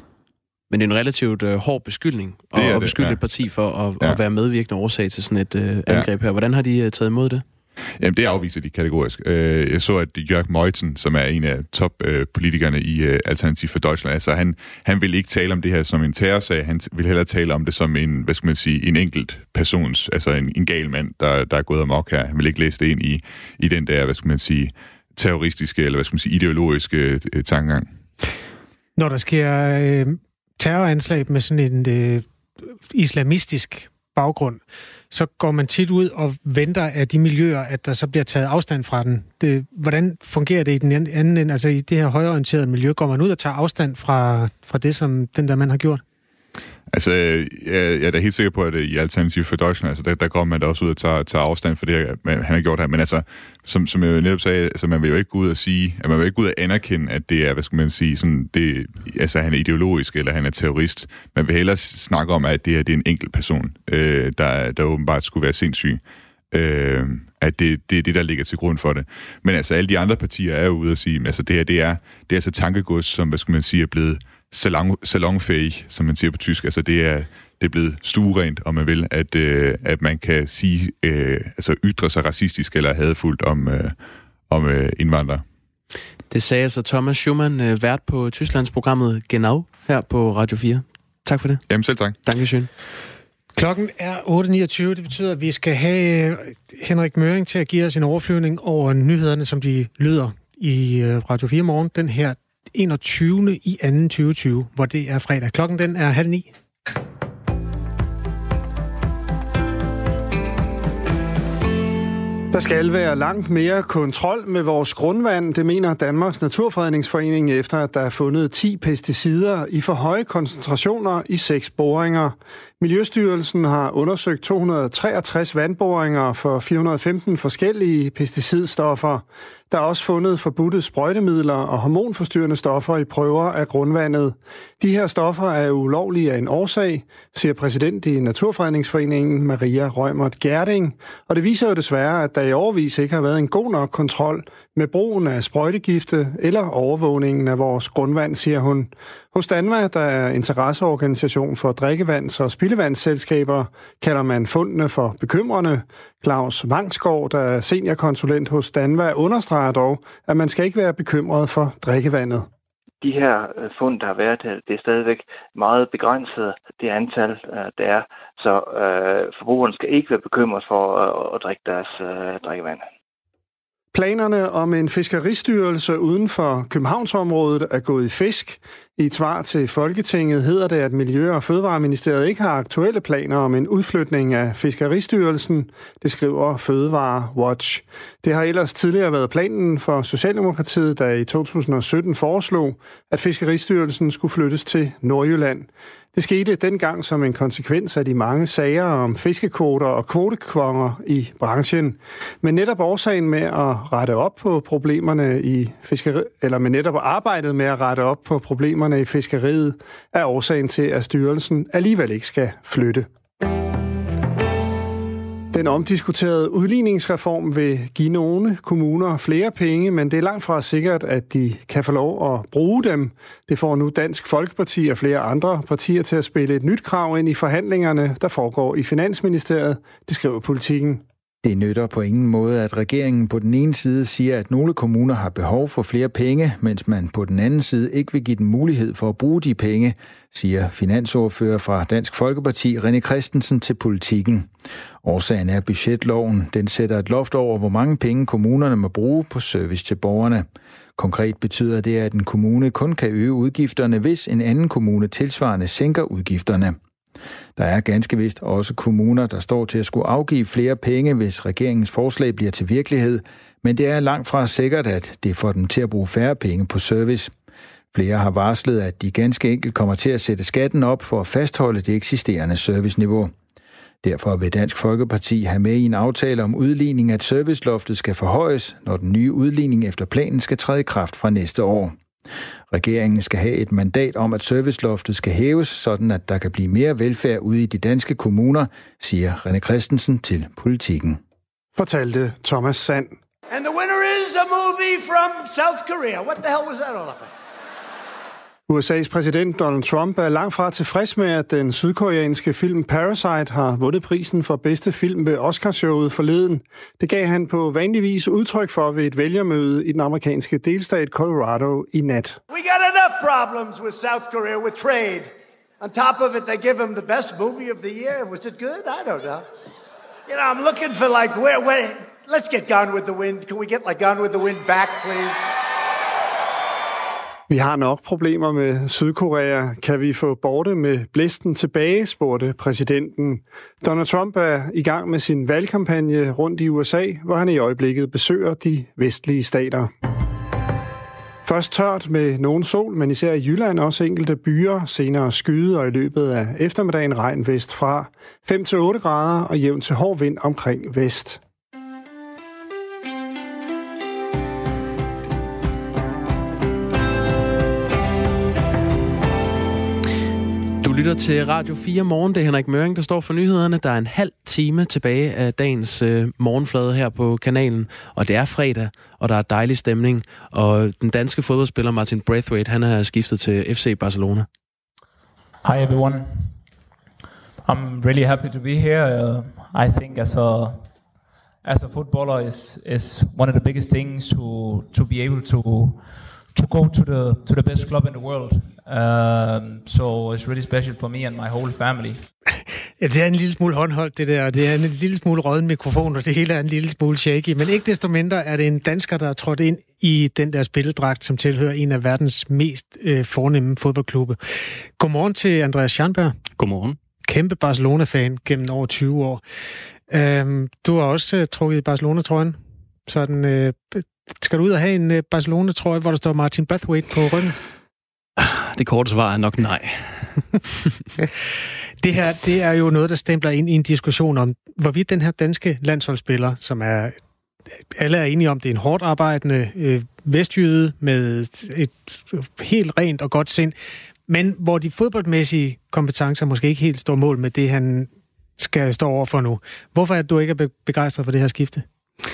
Men det er en relativt øh, hård beskyldning at, at beskylde ja. et parti for at, ja. at være medvirkende årsag til sådan et øh, angreb ja. her. Hvordan har de uh, taget imod det?
Jamen, det afviser de kategorisk. Jeg så, at Jörg Meuthen, som er en af toppolitikerne i Alternativ for Deutschland, altså han, han vil ikke tale om det her som en terrorsag, han vil hellere tale om det som en, hvad skal man sige, en enkelt persons, altså en, en gal mand, der, der er gået amok her. Han vil ikke læse det ind i, i den der, hvad skal man sige, terroristiske, eller hvad skal man sige, ideologiske øh, tankegang.
Når der sker øh, terroranslag med sådan en øh, islamistisk baggrund, så går man tit ud og venter af de miljøer, at der så bliver taget afstand fra den. Det, hvordan fungerer det i den anden ende? Altså i det her højreorienterede miljø, går man ud og tager afstand fra, fra det, som den der mand har gjort?
Altså, jeg, jeg er da helt sikker på, at i Alternativ for Deutschland, altså der, der går man da også ud og tager, tager afstand for det, han har gjort her. Men altså, som, som jeg netop sagde, altså man vil jo ikke gå ud og sige, at man vil ikke gå ud og anerkende, at det er, hvad skal man sige, sådan, det, altså han er ideologisk, eller han er terrorist. Man vil hellere snakke om, at det er, det er en enkelt person, øh, der, der åbenbart skulle være sindssyg. Øh, at det, det er det, der ligger til grund for det. Men altså, alle de andre partier er jo ude og sige, altså det her, det er, det er altså tankegods, som, hvad skal man sige, er blevet salon, salonfæhig, som man siger på tysk. Altså det er, det er blevet stuerent, om man vil, at, øh, at man kan sige, øh, altså ytre sig racistisk eller hadefuldt om, øh, om øh, indvandrere.
Det sagde altså Thomas Schumann, øh, vært på Tysklandsprogrammet Genau her på Radio fire. Tak for det.
Jamen selv tak.
Dankeschön.
Klokken er otte niogtyve. Det betyder, at vi skal have Henrik Møring til at give os en overflyvning over nyhederne, som de lyder i Radio fire morgen den her enogtyvende i anden tyve tyve, hvor det er fredag. Klokken den er halv ni.
Der skal være langt mere kontrol med vores grundvand, det mener Danmarks Naturfredningsforening, efter at der er fundet ti pesticider i for høje koncentrationer i seks boringer. Miljøstyrelsen har undersøgt to hundrede og treogtres vandboringer for fire hundrede og femten forskellige pesticidstoffer. Der er også fundet forbudte sprøjtemidler og hormonforstyrrende stoffer i prøver af grundvandet. De her stoffer er ulovlige af en årsag, siger præsident i Naturfredningsforeningen Maria Rømert Gerding. Og det viser jo desværre, at der i årevis ikke har været en god nok kontrol med brugen af sprøjtegifte eller overvågningen af vores grundvand, siger hun. Hos Danva, der er interesseorganisation for drikkevands- og spildevandsselskaber, kalder man fundene for bekymrende. Claus Vangsgaard, der er seniorkonsulent hos Danva, understreger dog, at man skal ikke være bekymret for drikkevandet.
De her fund, der har været her, det er stadigvæk meget begrænset, det antal, der er. Så øh, forbrugerne skal ikke være bekymret for at, at drikke deres øh, drikkevand.
Planerne om en fiskeristyrelse uden for Københavnsområdet er gået i fisk. I et svar til Folketinget hedder det, at Miljø- og Fødevareministeriet ikke har aktuelle planer om en udflytning af Fiskeristyrelsen. Det skriver Fødevare Watch. Det har ellers tidligere været planen for Socialdemokratiet, der i to tusind og sytten foreslog, at Fiskeristyrelsen skulle flyttes til Nordjylland. Det skete dengang som en konsekvens af de mange sager om fiskekvoter og kvotekvonger i branchen. Men netop årsagen med at rette op på problemerne i fiskeri, eller med netop arbejdet med at rette op på problemerne i fiskeriet, er årsagen til, at styrelsen alligevel ikke skal flytte. Den omdiskuterede udligningsreform vil give nogle kommuner flere penge, men det er langt fra sikkert, at de kan få lov at bruge dem. Det får nu Dansk Folkeparti og flere andre partier til at spille et nyt krav ind i forhandlingerne, der foregår i Finansministeriet, det skriver Politikken.
Det nytter på ingen måde, at regeringen på den ene side siger, at nogle kommuner har behov for flere penge, mens man på den anden side ikke vil give dem mulighed for at bruge de penge, siger finansordfører fra Dansk Folkeparti René Christensen til Politikken. Årsagen er budgetloven. Den sætter et loft over, hvor mange penge kommunerne må bruge på service til borgerne. Konkret betyder det, at en kommune kun kan øge udgifterne, hvis en anden kommune tilsvarende sænker udgifterne. Der er ganske vist også kommuner, der står til at skulle afgive flere penge, hvis regeringens forslag bliver til virkelighed, men det er langt fra sikkert, at det får dem til at bruge færre penge på service. Flere har varslet, at de ganske enkelt kommer til at sætte skatten op for at fastholde det eksisterende serviceniveau. Derfor vil Dansk Folkeparti have med i en aftale om udligning, at serviceloftet skal forhøjes, når den nye udligning efter planen skal træde i kraft fra næste år. Regeringen skal have et mandat om, at serviceloftet skal hæves, sådan at der kan blive mere velfærd ude i de danske kommuner, siger René Christensen til Politikken.
Fortalte Thomas Sand.
And the winner is a movie from South Korea. What the hell was that all about?
U S A's præsident Donald Trump er langt fra tilfreds med, at den sydkoreanske film Parasite har vundet prisen for bedste film ved Oscarshowet forleden. Det gav han på vanlig vis udtryk for ved et vælgermøde i den amerikanske delstat Colorado i nat.
We got enough problems with South Korea with trade. On top of it, they give him the best movie of the year. Was it good? I don't know. You know, I'm looking for like, where, where, let's get Gone with the Wind. Can we get like Gone with the Wind back, please?
Vi har nok problemer med Sydkorea. Kan vi få borte med blæsten tilbage, spurgte præsidenten. Donald Trump er i gang med sin valgkampagne rundt i U S A, hvor han i øjeblikket besøger de vestlige stater. Først tørt med nogen sol, men især i Jylland også enkelte byer, senere skyde og i løbet af eftermiddagen regn vestfra. fem til otte grader og jævn til hård vind omkring vest.
Du lytter til Radio fire Morgen. Det er Henrik Møring, der står for nyhederne. Der er en halv time tilbage af dagens øh, morgenflade her på kanalen. Og det er fredag, og der er dejlig stemning. Og den danske fodboldspiller Martin Braithwaite, han er skiftet til F C Barcelona.
Hi everyone. I'm really happy to be here. Uh, I think as a as a footballer is is one of the biggest things to to be able to to go to the to the best club in the world. Um, so it's really special for me and my whole family.
Ja, det er en lille smule håndholdt, det der. Det er en lille smule rødden mikrofon, og det hele er en lille smule shaky. Men ikke desto mindre er det en dansker, der er trådt ind i den der spilledragt, som tilhører en af verdens mest øh, fornemme fodboldklubbe. Godmorgen til Andreas Schanberg.
Godmorgen.
Kæmpe Barcelona-fan gennem over tyve år. Øhm, du har også uh, trukket i Barcelona-trøjen. Sådan, øh, skal du ud og have en øh, Barcelona-trøje, hvor der står Martin Brathwaite på ryggen?
Det korte svar er nok nej.
Det her, det er jo noget, der stempler ind i en diskussion om, hvorvidt den her danske landsholdsspiller, som er alle er enige om, det er en hårdt arbejdende øh, vestjyde med et helt rent og godt sind, men hvor de fodboldmæssige kompetencer måske ikke helt står mål med det, han skal stå over for nu. Hvorfor er du ikke begejstret for det her skifte?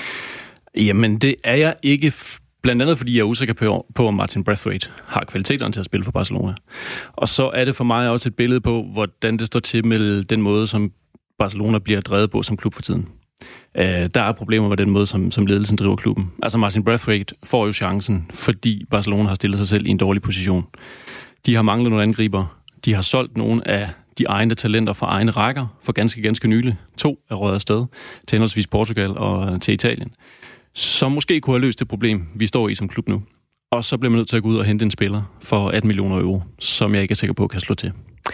Jamen, det er jeg ikke, blandt andet fordi jeg er usikker på, på om Martin Brathwaite har kvaliteterne til at spille for Barcelona. Og så er det for mig også et billede på, hvordan det står til med den måde, som Barcelona bliver drevet på som klub for tiden. Uh, der er problemer med den måde, som, som ledelsen driver klubben. Altså Martin Brathwaite får jo chancen, fordi Barcelona har stillet sig selv i en dårlig position. De har manglet nogle angriber. De har solgt nogle af de egne talenter fra egne rækker for ganske, ganske nylig. To er røget afsted til henholdsvis Portugal og til Italien. Som måske kunne have løst det problem, vi står i som klub nu. Og så bliver man nødt til at gå ud og hente en spiller for atten millioner euro, som jeg ikke er sikker på kan slå til.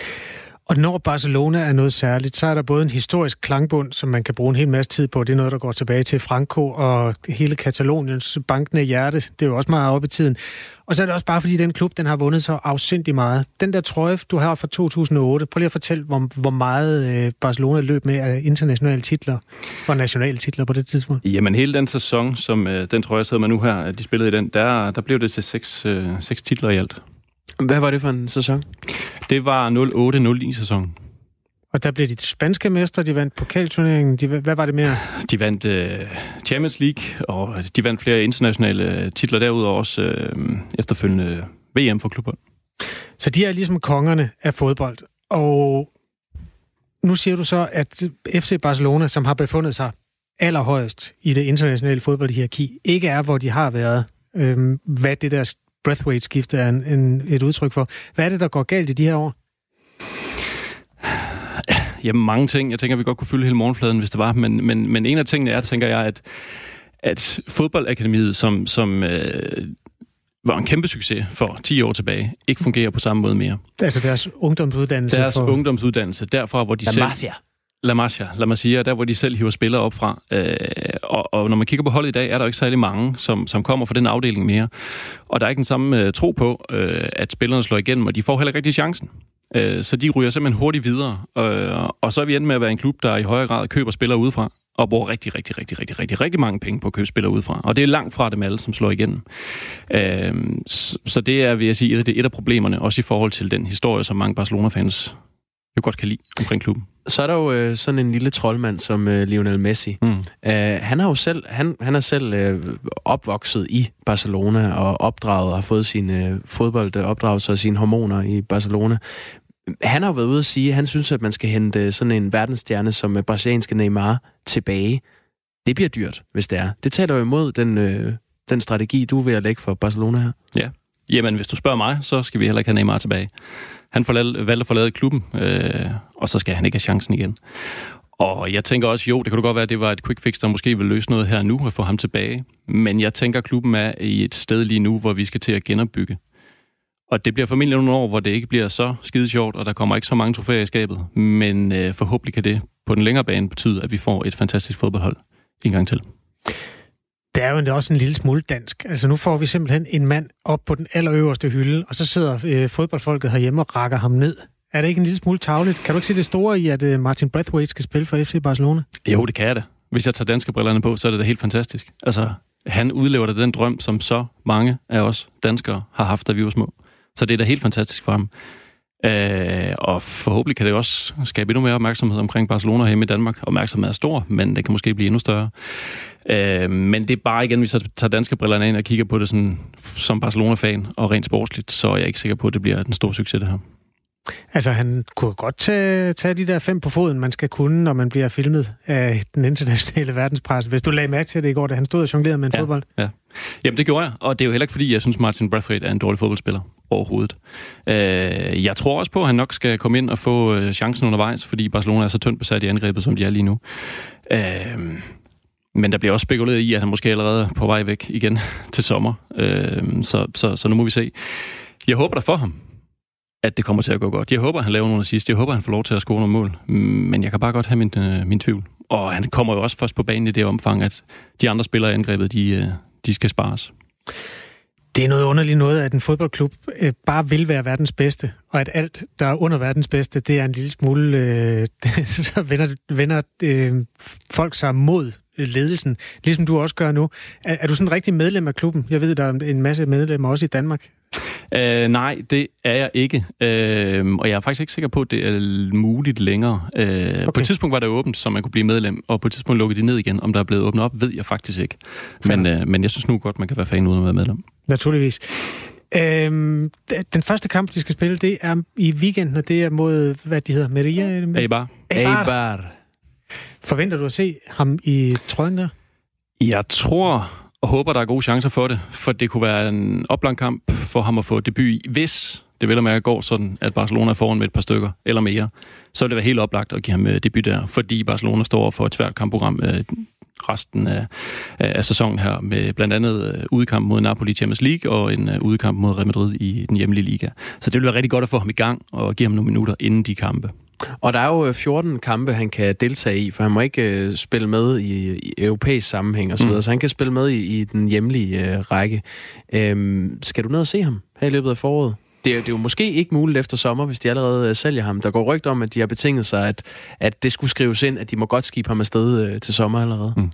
Og når Barcelona er noget særligt, så er der både en historisk klangbund, som man kan bruge en hel masse tid på. Det er noget, der går tilbage til Franco og hele Kataloniens bankende hjerte. Det er jo også meget oppe i tiden. Og så er det også bare, fordi den klub, den har vundet så afsindigt meget. Den der trøje, du har fra to tusind og otte, prøv lige at fortælle, hvor, hvor meget Barcelona løb med af internationale titler og nationale titler på det tidspunkt.
Jamen hele den sæson, som den trøje, jeg sidder med nu her, de spillede i den, der, der blev det til seks, øh, seks titler i alt.
Hvad var det for en sæson?
Det var nul otte nul ni sæson.
Og der blev de spanske mestre, de vandt pokalturneringen. De, hvad var det mere?
De vandt uh, Champions League, og de vandt flere internationale titler derudover også uh, efterfølgende V M for klubber.
Så de er ligesom kongerne af fodbold. Og nu siger du så, at F C Barcelona, som har befundet sig allerhøjest i det internationale fodboldhierarki, ikke er, hvor de har været. Øhm, hvad det der Brathwaite-skifte er en, en, et udtryk for. Hvad er det, der går galt i de her år?
Jamen mange ting. Jeg tænker, vi godt kunne fylde hele morgenfladen, hvis det var. Men, men, men en af tingene er, tænker jeg, at, at fodboldakademiet, som, som øh, var en kæmpe succes for ti år tilbage, ikke fungerer på samme måde mere.
Altså deres ungdomsuddannelse?
Deres
for...
ungdomsuddannelse. Derfra, hvor de
La
selv...
Mafia.
La Masia, La Masia, der hvor de selv hiver spillere op fra. Øh, og, og når man kigger på holdet i dag, er der ikke særlig mange, som, som kommer fra den afdeling mere. Og der er ikke den samme øh, tro på, øh, at spillerne slår igennem, og de får heller ikke rigtig chancen. Øh, så de ryger simpelthen hurtigt videre. Øh, og så er vi endt med at være en klub, der i højere grad køber spillere udefra, og bruger rigtig, rigtig, rigtig, rigtig, rigtig, rigtig mange penge på at købe spillere udefra. Og det er langt fra dem alle, som slår igennem. Øh, så, så det er, vil jeg sige, et af, et af problemerne, også i forhold til den historie, som mange Barcelona-fans jo godt kan lide omkring klubben.
Så er der jo øh, sådan en lille troldmand som øh, Lionel Messi. Mm. Uh, han er jo selv, han, han er selv øh, opvokset i Barcelona og opdraget og har fået sine øh, fodboldopdragelser og sine hormoner i Barcelona. Han har jo været ude at sige, at han synes, at man skal hente sådan en verdensstjerne som øh, brasilianske Neymar tilbage. Det bliver dyrt, hvis det er. Det taler jo imod den, øh, den strategi, du er ved at lægge for Barcelona her.
Ja. Jamen, hvis du spørger mig, så skal vi heller ikke have Neymar tilbage. Han valgte at forlade klubben, øh, og så skal han ikke have chancen igen. Og jeg tænker også, jo, det kunne godt være, at det var et quick fix, der måske vil løse noget her nu og få ham tilbage. Men jeg tænker, at klubben er i et sted lige nu, hvor vi skal til at genopbygge. Og det bliver formentlig nogle år, hvor det ikke bliver så skide sjovt, og der kommer ikke så mange trofæer i skabet. Men øh, forhåbentlig kan det på den længere bane betyde, at vi får et fantastisk fodboldhold en gang til.
Det er jo også en lille smule dansk. Altså nu får vi simpelthen en mand op på den allerøverste hylde, og så sidder øh, fodboldfolket herhjemme og rakker ham ned. Er det ikke en lille smule tarveligt? Kan du ikke se det store i, at øh, Martin Brathwaite skal spille for F C Barcelona?
Jo, det kan jeg da. Hvis jeg tager danske brillerne på, så er det da helt fantastisk. Altså, han udlever da den drøm, som så mange af os danskere har haft, da vi var små. Så det er da helt fantastisk for ham. Øh, og forhåbentlig kan det også skabe endnu mere opmærksomhed omkring Barcelona hjemme i Danmark. Opmærksomheden er stor, men det kan måske blive endnu større. Øh, men det er bare igen, hvis jeg tager danske brillerne ind og kigger på det sådan, som Barcelona-fan og rent sportsligt, så er jeg ikke sikker på, at det bliver den store succes, det her.
Altså, han kunne godt tage, tage de der fem på foden, man skal kunne, når man bliver filmet af den internationale verdenspres. Hvis du lagde mærke til det i går, da han stod og jonglerede med en
ja,
fodbold.
Ja. Jamen, det gjorde jeg, og det er jo heller ikke, fordi jeg synes, Martin Brathwaite er en dårlig fodboldspiller overhovedet. Øh, jeg tror også på, at han nok skal komme ind og få øh, chancen undervejs, fordi Barcelona er så tyndt besat i angrebet, som de er lige nu. Øh, men der bliver også spekuleret i, at han måske allerede er på vej væk igen til sommer. Øh, så, så, så nu må vi se. Jeg håber da for ham, at det kommer til at gå godt. Jeg håber, han laver nogle assist. Jeg håber, han får lov til at score nogle mål. Men jeg kan bare godt have min, øh, min tvivl. og han kommer jo også først på banen i det omfang, at de andre spillere i angrebet, de, de skal spares.
Det er noget underligt noget, at en fodboldklub øh, bare vil være verdens bedste, og at alt, der er under verdens bedste, det er en lille smule, øh, så vender, vender øh, folk sig mod ledelsen, ligesom du også gør nu. Er, er du sådan en rigtig medlem af klubben? Jeg ved, der er en masse medlemmer også i Danmark.
Uh, nej, det er jeg ikke. Uh, og jeg er faktisk ikke sikker på, at det er muligt længere. Uh, okay. På et tidspunkt var det åbent, så man kunne blive medlem, og på et tidspunkt lukkede de ned igen. Om der er blevet åbnet op, ved jeg faktisk ikke. Men, uh, men jeg synes nu godt, man kan være fan uden at være medlem.
Naturligvis. Øhm, den første kamp, de skal spille, det er i weekenden, og det er mod, hvad de hedder, Merilla?
Eibar.
Eibar. Forventer du at se ham i trøjen der?
Jeg tror og håber, der er gode chancer for det, for det kunne være en oplang kamp for ham at få debut i, hvis det vel og mærke går sådan, at Barcelona er foran med et par stykker eller mere, så vil det være helt oplagt at give ham debut der, fordi Barcelona står for et svært kampprogram resten af, af sæsonen her, med blandt andet udekamp mod Napoli i Champions League og en udekamp mod Real Madrid i den hjemlige liga. Så det vil være rigtig godt at få ham i gang og give ham nogle minutter inden de kampe.
Og der er jo fjorten kampe, han kan deltage i, for han må ikke uh, spille med i, i europæisk sammenhæng og så videre, mm. så han kan spille med i, i den hjemlige uh, række. Øhm, skal du ned og se ham her i løbet af foråret? Det er, det er jo måske ikke muligt efter sommer, hvis de allerede uh, sælger ham. Der går rygt om, at de har betinget sig, at, at det skulle skrives ind, at de må godt skibe ham afsted uh, til sommer allerede. Mm.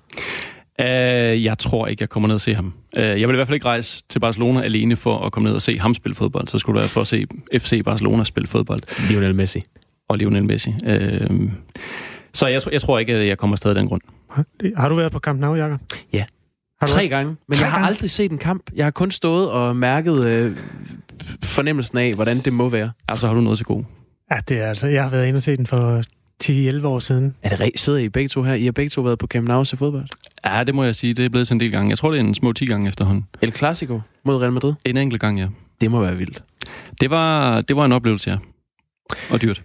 Uh, jeg tror ikke, jeg kommer ned og se ham. Uh, jeg vil i hvert fald ikke rejse til Barcelona alene for at komme ned og se ham spille fodbold. Så skulle det være for at se F C Barcelona spille fodbold.
Lionel Messi.
Og Lionel Messi. Uh, så jeg, jeg tror ikke, at jeg kommer afsted af den grund.
Har du været på Camp Nou, Jakob?
Ja.
Har du
Tre
været?
gange. Men
Tre
jeg har
gange?
aldrig set en kamp. Jeg har kun stået og mærket øh, fornemmelsen af, hvordan det må være.
Altså har du noget til gode?
Ja, det er altså... Jeg har været inde og set den for ti elleve år siden.
Er det rigtigt? Sidder I begge to her? I har begge to været på Camp Nou til fodbold?
Ja, det må jeg sige. Det er blevet sådan en del gange. Jeg tror, det er en små ti gange efterhånden.
El Clasico mod Real Madrid?
En enkelt gang, ja.
Det må være vildt.
Det var, det var en oplevelse, ja. Og dyrt.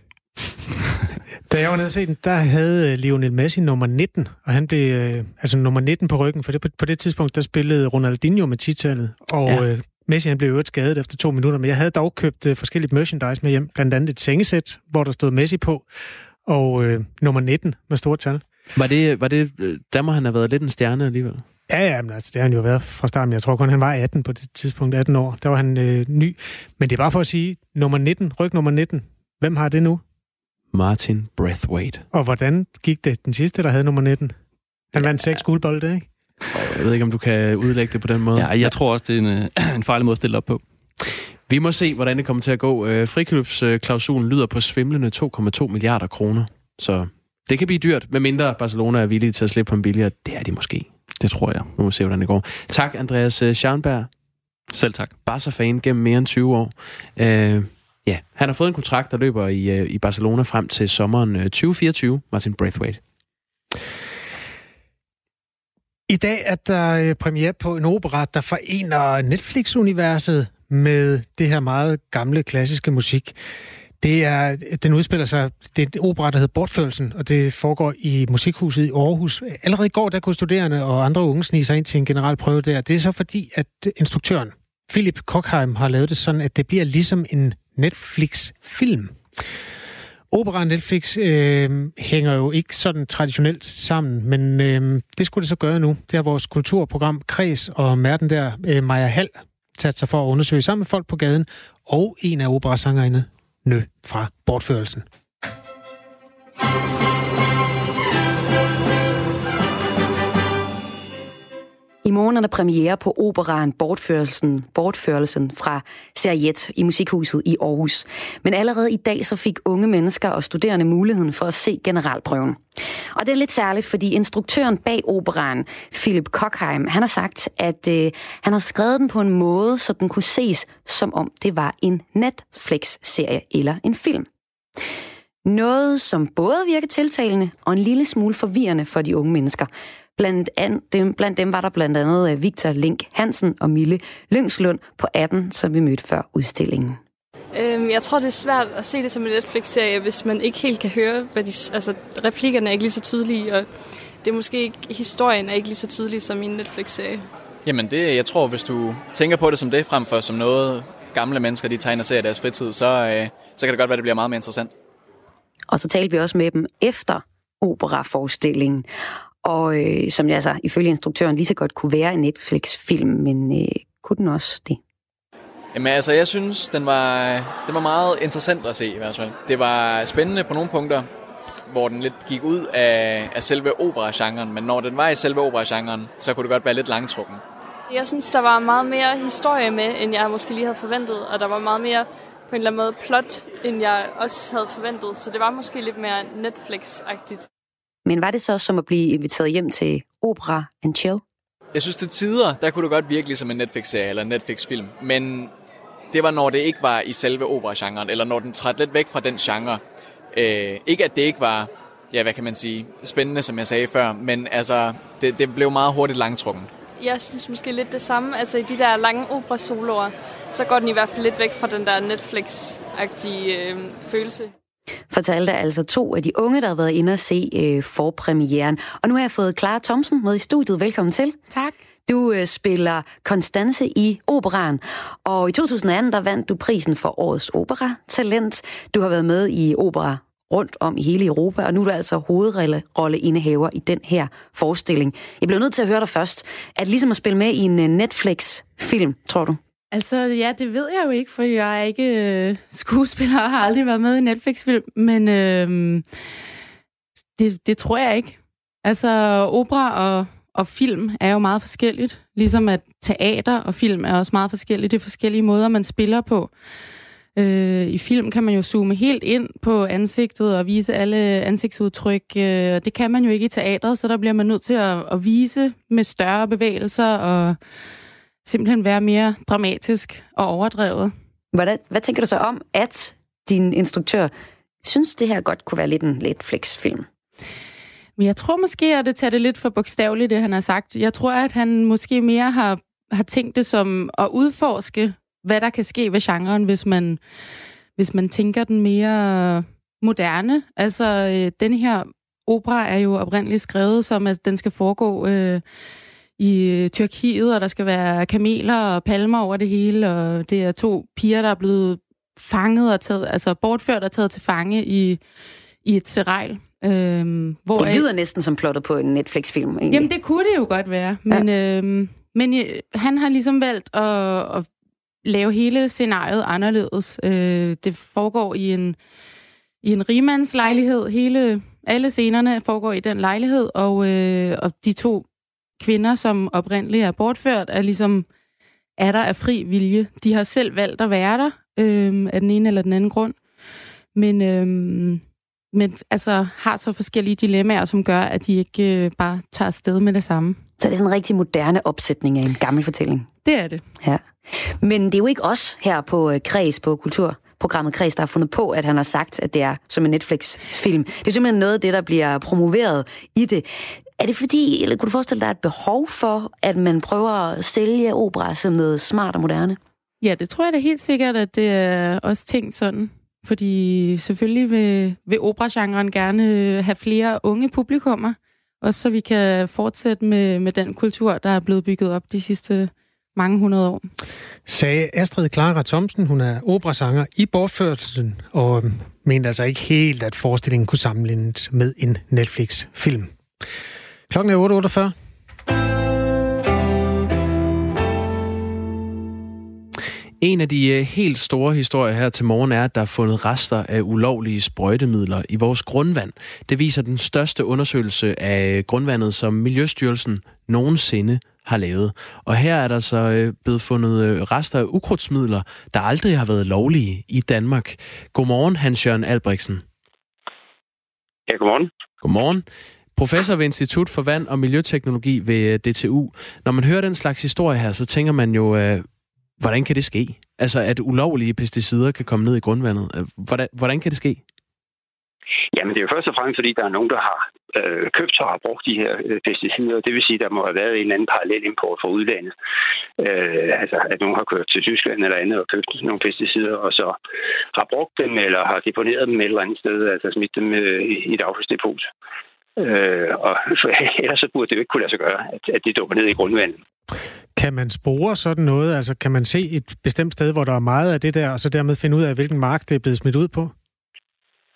Da jeg var nede og se den, der havde Lionel Messi nummer nitten, og han blev øh, altså nummer nitten på ryggen, for det, på, på det tidspunkt, der spillede Ronaldinho med ti-tallet, og ja. øh, Messi han blev øvrigt skadet efter to minutter, men jeg havde dog købt øh, forskellige merchandise med hjem, blandt andet et sengesæt, hvor der stod Messi på, og øh, nummer nitten med stort tal.
Var det, var det, der må han have været lidt en stjerne alligevel?
Ja, ja, men altså, det har han jo været fra starten. Jeg tror kun, han var atten på det tidspunkt, atten år. Der var han øh, ny. Men det er bare for at sige, nummer nitten, ryg nummer nitten, hvem har det nu?
Martin Braithwaite.
Og hvordan gik det den sidste, der havde nummer nitten? Han vandt seks guldbolde, ikke?
Jeg ved ikke, om du kan udlægge det på den måde.
Ja, jeg tror også, det er en, en fejl måde at stille op på.
Vi må se, hvordan det kommer til at gå. Frikøbsklausulen lyder på svimlende to komma to milliarder kroner. Så det kan blive dyrt, medmindre Barcelona er villige til at slippe ham billigere. Det er de måske.
Det tror jeg.
Nu må vi se, hvordan det går. Tak, Andreas Scharnberg.
Selv tak.
Barca-fan gennem mere end tyve år. Uh, ja, han har fået en kontrakt, der løber i, uh, i Barcelona frem til sommeren tyve fireogtyve. Martin Braithwaite.
I dag er der premiere på en opera, der forener Netflix-universet med det her meget gamle, klassiske musik. Det er, den udspiller sig, det er et opera, der hedder Bortførelsen, og det foregår i Musikhuset i Aarhus. Allerede i går, der kunne studerende og andre unge snige sig ind til en generalprøve der. Det er så fordi, at instruktøren, Philip Cockheim, har lavet det sådan, at det bliver ligesom en Netflix-film. Opera og Netflix øh, hænger jo ikke sådan traditionelt sammen, men øh, det skulle det så gøre nu. Det har vores kulturprogram Kreds og Merten der, øh, Maja Hall, sat sig for at undersøge sammen med folk på gaden, og en af operasangerne Nø fra Bortførelsen.
I morgen er der premiere på operaen Bortførelsen, Bortførelsen fra Seriet i Musikhuset i Aarhus. Men allerede i dag så fik unge mennesker og studerende muligheden for at se generalprøven. Og det er lidt særligt, fordi instruktøren bag operaen, Philip Cockheim, han har sagt, at øh, han har skrevet den på en måde, så den kunne ses, som om det var en Netflix-serie eller en film. Noget, som både virker tiltalende og en lille smule forvirrende for de unge mennesker. Blandt, an, dem, blandt dem var der blandt andet Victor Link Hansen og Mille Lyngslund på atten, som vi mødte før udstillingen.
Øhm, jeg tror, det er svært at se det som en Netflix-serie, hvis man ikke helt kan høre, hvad de, altså replikkerne er ikke lige så tydelige, og det er måske ikke, historien er ikke lige så tydelig som i en Netflix-serie.
Jamen det, jeg tror, hvis du tænker på det som det, frem for som noget gamle mennesker, de tegner ser i deres fritid, så, øh, så kan det godt være, det bliver meget mere interessant.
Og så talte vi også med dem efter operaforestillingen. Og øh, som jeg altså ifølge instruktøren lige så godt kunne være en Netflix-film, men øh, kunne den også det?
Jamen altså, jeg synes, den var, den var meget interessant at se i hvert fald. Det var spændende på nogle punkter, hvor den lidt gik ud af, af selve opera-genren, men når den var i selve opera-genren, så kunne det godt være lidt langtrukken.
Jeg synes, der var meget mere historie med, end jeg måske lige havde forventet, og der var meget mere på en eller anden måde plot, end jeg også havde forventet, så det var måske lidt mere Netflix-agtigt.
Men var det så som at blive inviteret hjem til opera and chill?
Jeg synes, til tider, der kunne det godt virke ligesom en Netflix-serie eller en Netflix-film, men det var, når det ikke var i selve opera-genren, eller når den trådte lidt væk fra den genre. Øh, ikke at det ikke var, ja, hvad kan man sige, spændende, som jeg sagde før, men altså, det, det blev meget hurtigt langtrukken.
Jeg synes måske lidt det samme. Altså i de der lange opera-soloer, så går den i hvert fald lidt væk fra den der Netflix-agtige øh, følelse.
Fortalte altså to af de unge, der har været inde og se øh, forpremieren. Og nu har jeg fået Clara Thomsen med i studiet. Velkommen til.
Tak.
Du øh, spiller Constance i operaen, og i to tusind og atten der vandt du prisen for Årets Opera-talent. Du har været med i opera rundt om i hele Europa, og nu er du altså hovedrolleindehaver i den her forestilling. Jeg bliver nødt til at høre dig først. Er det ligesom at spille med i en Netflix-film, tror du?
Altså, ja, det ved jeg jo ikke, for jeg er ikke øh, skuespiller og har aldrig været med i en Netflix-film, men øh, det, det tror jeg ikke. Altså, opera og, og film er jo meget forskelligt, ligesom at teater og film er også meget forskelligt. Det er forskellige måder, man spiller på. Øh, I film kan man jo zoome helt ind på ansigtet og vise alle ansigtsudtryk. Øh, det kan man jo ikke i teatret, så der bliver man nødt til at, at vise med større bevægelser og simpelthen være mere dramatisk og overdrevet.
Hvad, hvad tænker du så om, at din instruktør synes, det her godt kunne være lidt en Netflix-film?
Men jeg tror måske, at det tager det lidt for bogstaveligt, det han har sagt. Jeg tror, at han måske mere har, har tænkt det som at udforske, hvad der kan ske ved genren, hvis man, hvis man tænker den mere moderne. Altså, øh, den her opera er jo oprindeligt skrevet som, at den skal foregå øh, i Tyrkiet, og der skal være kameler og palmer over det hele, og det er to piger, der er blevet fanget og taget, altså bortført og taget til fange i, i et serail. Øhm, hvor
det lyder næsten som plottet på en Netflix-film, egentlig.
Jamen, det kunne det jo godt være, men, ja. øhm, men øh, han har ligesom valgt at, at lave hele scenariet anderledes. Øh, det foregår i en, i en rigmandslejlighed. Hele, alle scenerne foregår i den lejlighed, og, øh, og de to kvinder, som oprindeligt er bortført, er ligesom er der af fri vilje. De har selv valgt at være der, øh, af den ene eller den anden grund. Men, øh, men altså har så forskellige dilemmaer, som gør, at de ikke øh, bare tager afsted med det samme.
Så det er sådan en rigtig moderne opsætning af en gammel fortælling.
Det er det.
Ja. Men det er jo ikke os her på Kreds, på kulturprogrammet Kreds, der har fundet på, at han har sagt, at det er som en Netflix-film. Det er simpelthen noget af det, der bliver promoveret i det. Er det fordi, eller kunne du forestille dig, et behov for, at man prøver at sælge opera som noget smart og moderne?
Ja, det tror jeg da helt sikkert, at det er også tænkt sådan. Fordi selvfølgelig vil, vil operagenren gerne have flere unge publikummer, også så vi kan fortsætte med, med den kultur, der er blevet bygget op de sidste mange hundrede år.
Sagde Astrid Clara Thomsen, hun er operasanger i Bortførelsen, og mente altså ikke helt, at forestillingen kunne sammenlignes med en Netflix-film. Klokken er otte otteogfyrre.
En af de helt store historier her til morgen er, at der er fundet rester af ulovlige sprøjtemidler i vores grundvand. Det viser den største undersøgelse af grundvandet, som Miljøstyrelsen nogensinde har lavet. Og her er der så blevet fundet rester af ukrudtsmidler, der aldrig har været lovlige i Danmark. Godmorgen, Hans-Jørgen Albrechtsen.
Ja, godmorgen.
Godmorgen. Professor ved Institut for Vand og Miljøteknologi ved D T U. Når man hører den slags historie her, så tænker man jo, øh, hvordan kan det ske? Altså, at ulovlige pesticider kan komme ned i grundvandet. Hvordan, hvordan kan det ske?
Jamen, det er jo først og fremmest, fordi der er nogen, der har øh, købt og har brugt de her øh, pesticider. Det vil sige, at der må have været en eller anden parallel import fra udlandet. Øh, altså, at nogen har kørt til Tyskland eller andet og købt nogle pesticider, og så har brugt dem, eller har deponeret dem et eller andet sted, altså smidt dem øh, i et affaldsdepot. Øh, og ellers så burde det jo ikke kunne lade sig gøre, at, at det dumper ned i grundvandet.
Kan man spore sådan noget? Altså, kan man se et bestemt sted, hvor der er meget af det der, og så dermed finde ud af, hvilken mark det er blevet smidt ud på?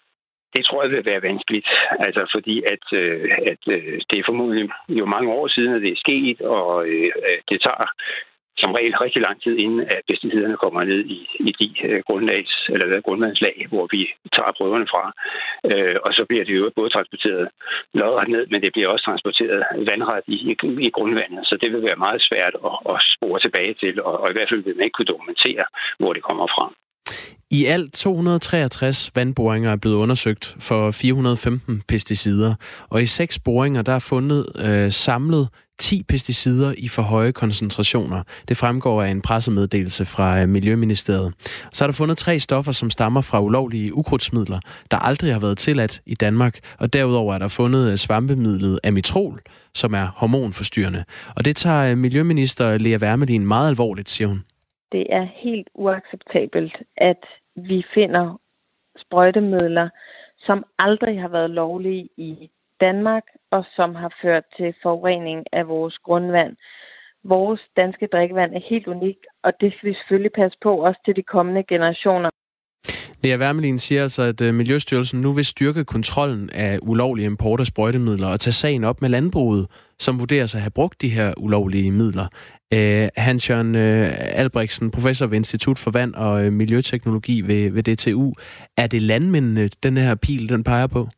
Det tror jeg vil være vanskeligt, altså fordi at, øh, at øh, det er formodentlig jo mange år siden, at det er sket, og øh, det tager som regel rigtig lang tid, inden at pesticiderne kommer ned i, i de øh, grundlags, eller hvad, grundvandslag, hvor vi tager prøverne fra. Øh, og så bliver det jo både transporteret lodret ned, men det bliver også transporteret vandret i, i, i grundvandet. Så det vil være meget svært at, at spore tilbage til, og, og i hvert fald vil man ikke kunne dokumentere, hvor det kommer fra.
I alt to hundrede og treogtres vandboringer er blevet undersøgt for fire hundrede og femten pesticider, og i seks boringer der er fundet øh, samlet ti pesticider i for høje koncentrationer. Det fremgår af en pressemeddelelse fra Miljøministeriet. Så er der fundet tre stoffer, som stammer fra ulovlige ukrudtsmidler, der aldrig har været tilladt i Danmark, og derudover er der fundet svampemidlet amitrol, som er hormonforstyrrende. Og det tager Miljøminister Lea Wermelin meget alvorligt, siger hun.
Det er helt uacceptabelt, at vi finder sprøjtemidler, som aldrig har været lovlige i Danmark, og som har ført til forurening af vores grundvand. Vores danske drikkevand er helt unikt, og det skal vi selvfølgelig passe på også til de kommende generationer.
Lea Wermelin siger altså, at Miljøstyrelsen nu vil styrke kontrollen af ulovlige import af sprøjtemidler og tage sagen op med landbruget, som vurderes at have brugt de her ulovlige midler. Uh, Hans-Jørgen uh, Albrechtsen, professor ved Institut for Vand og uh, Miljøteknologi ved, ved D T U. Er det landmændene, den her pil, den peger på?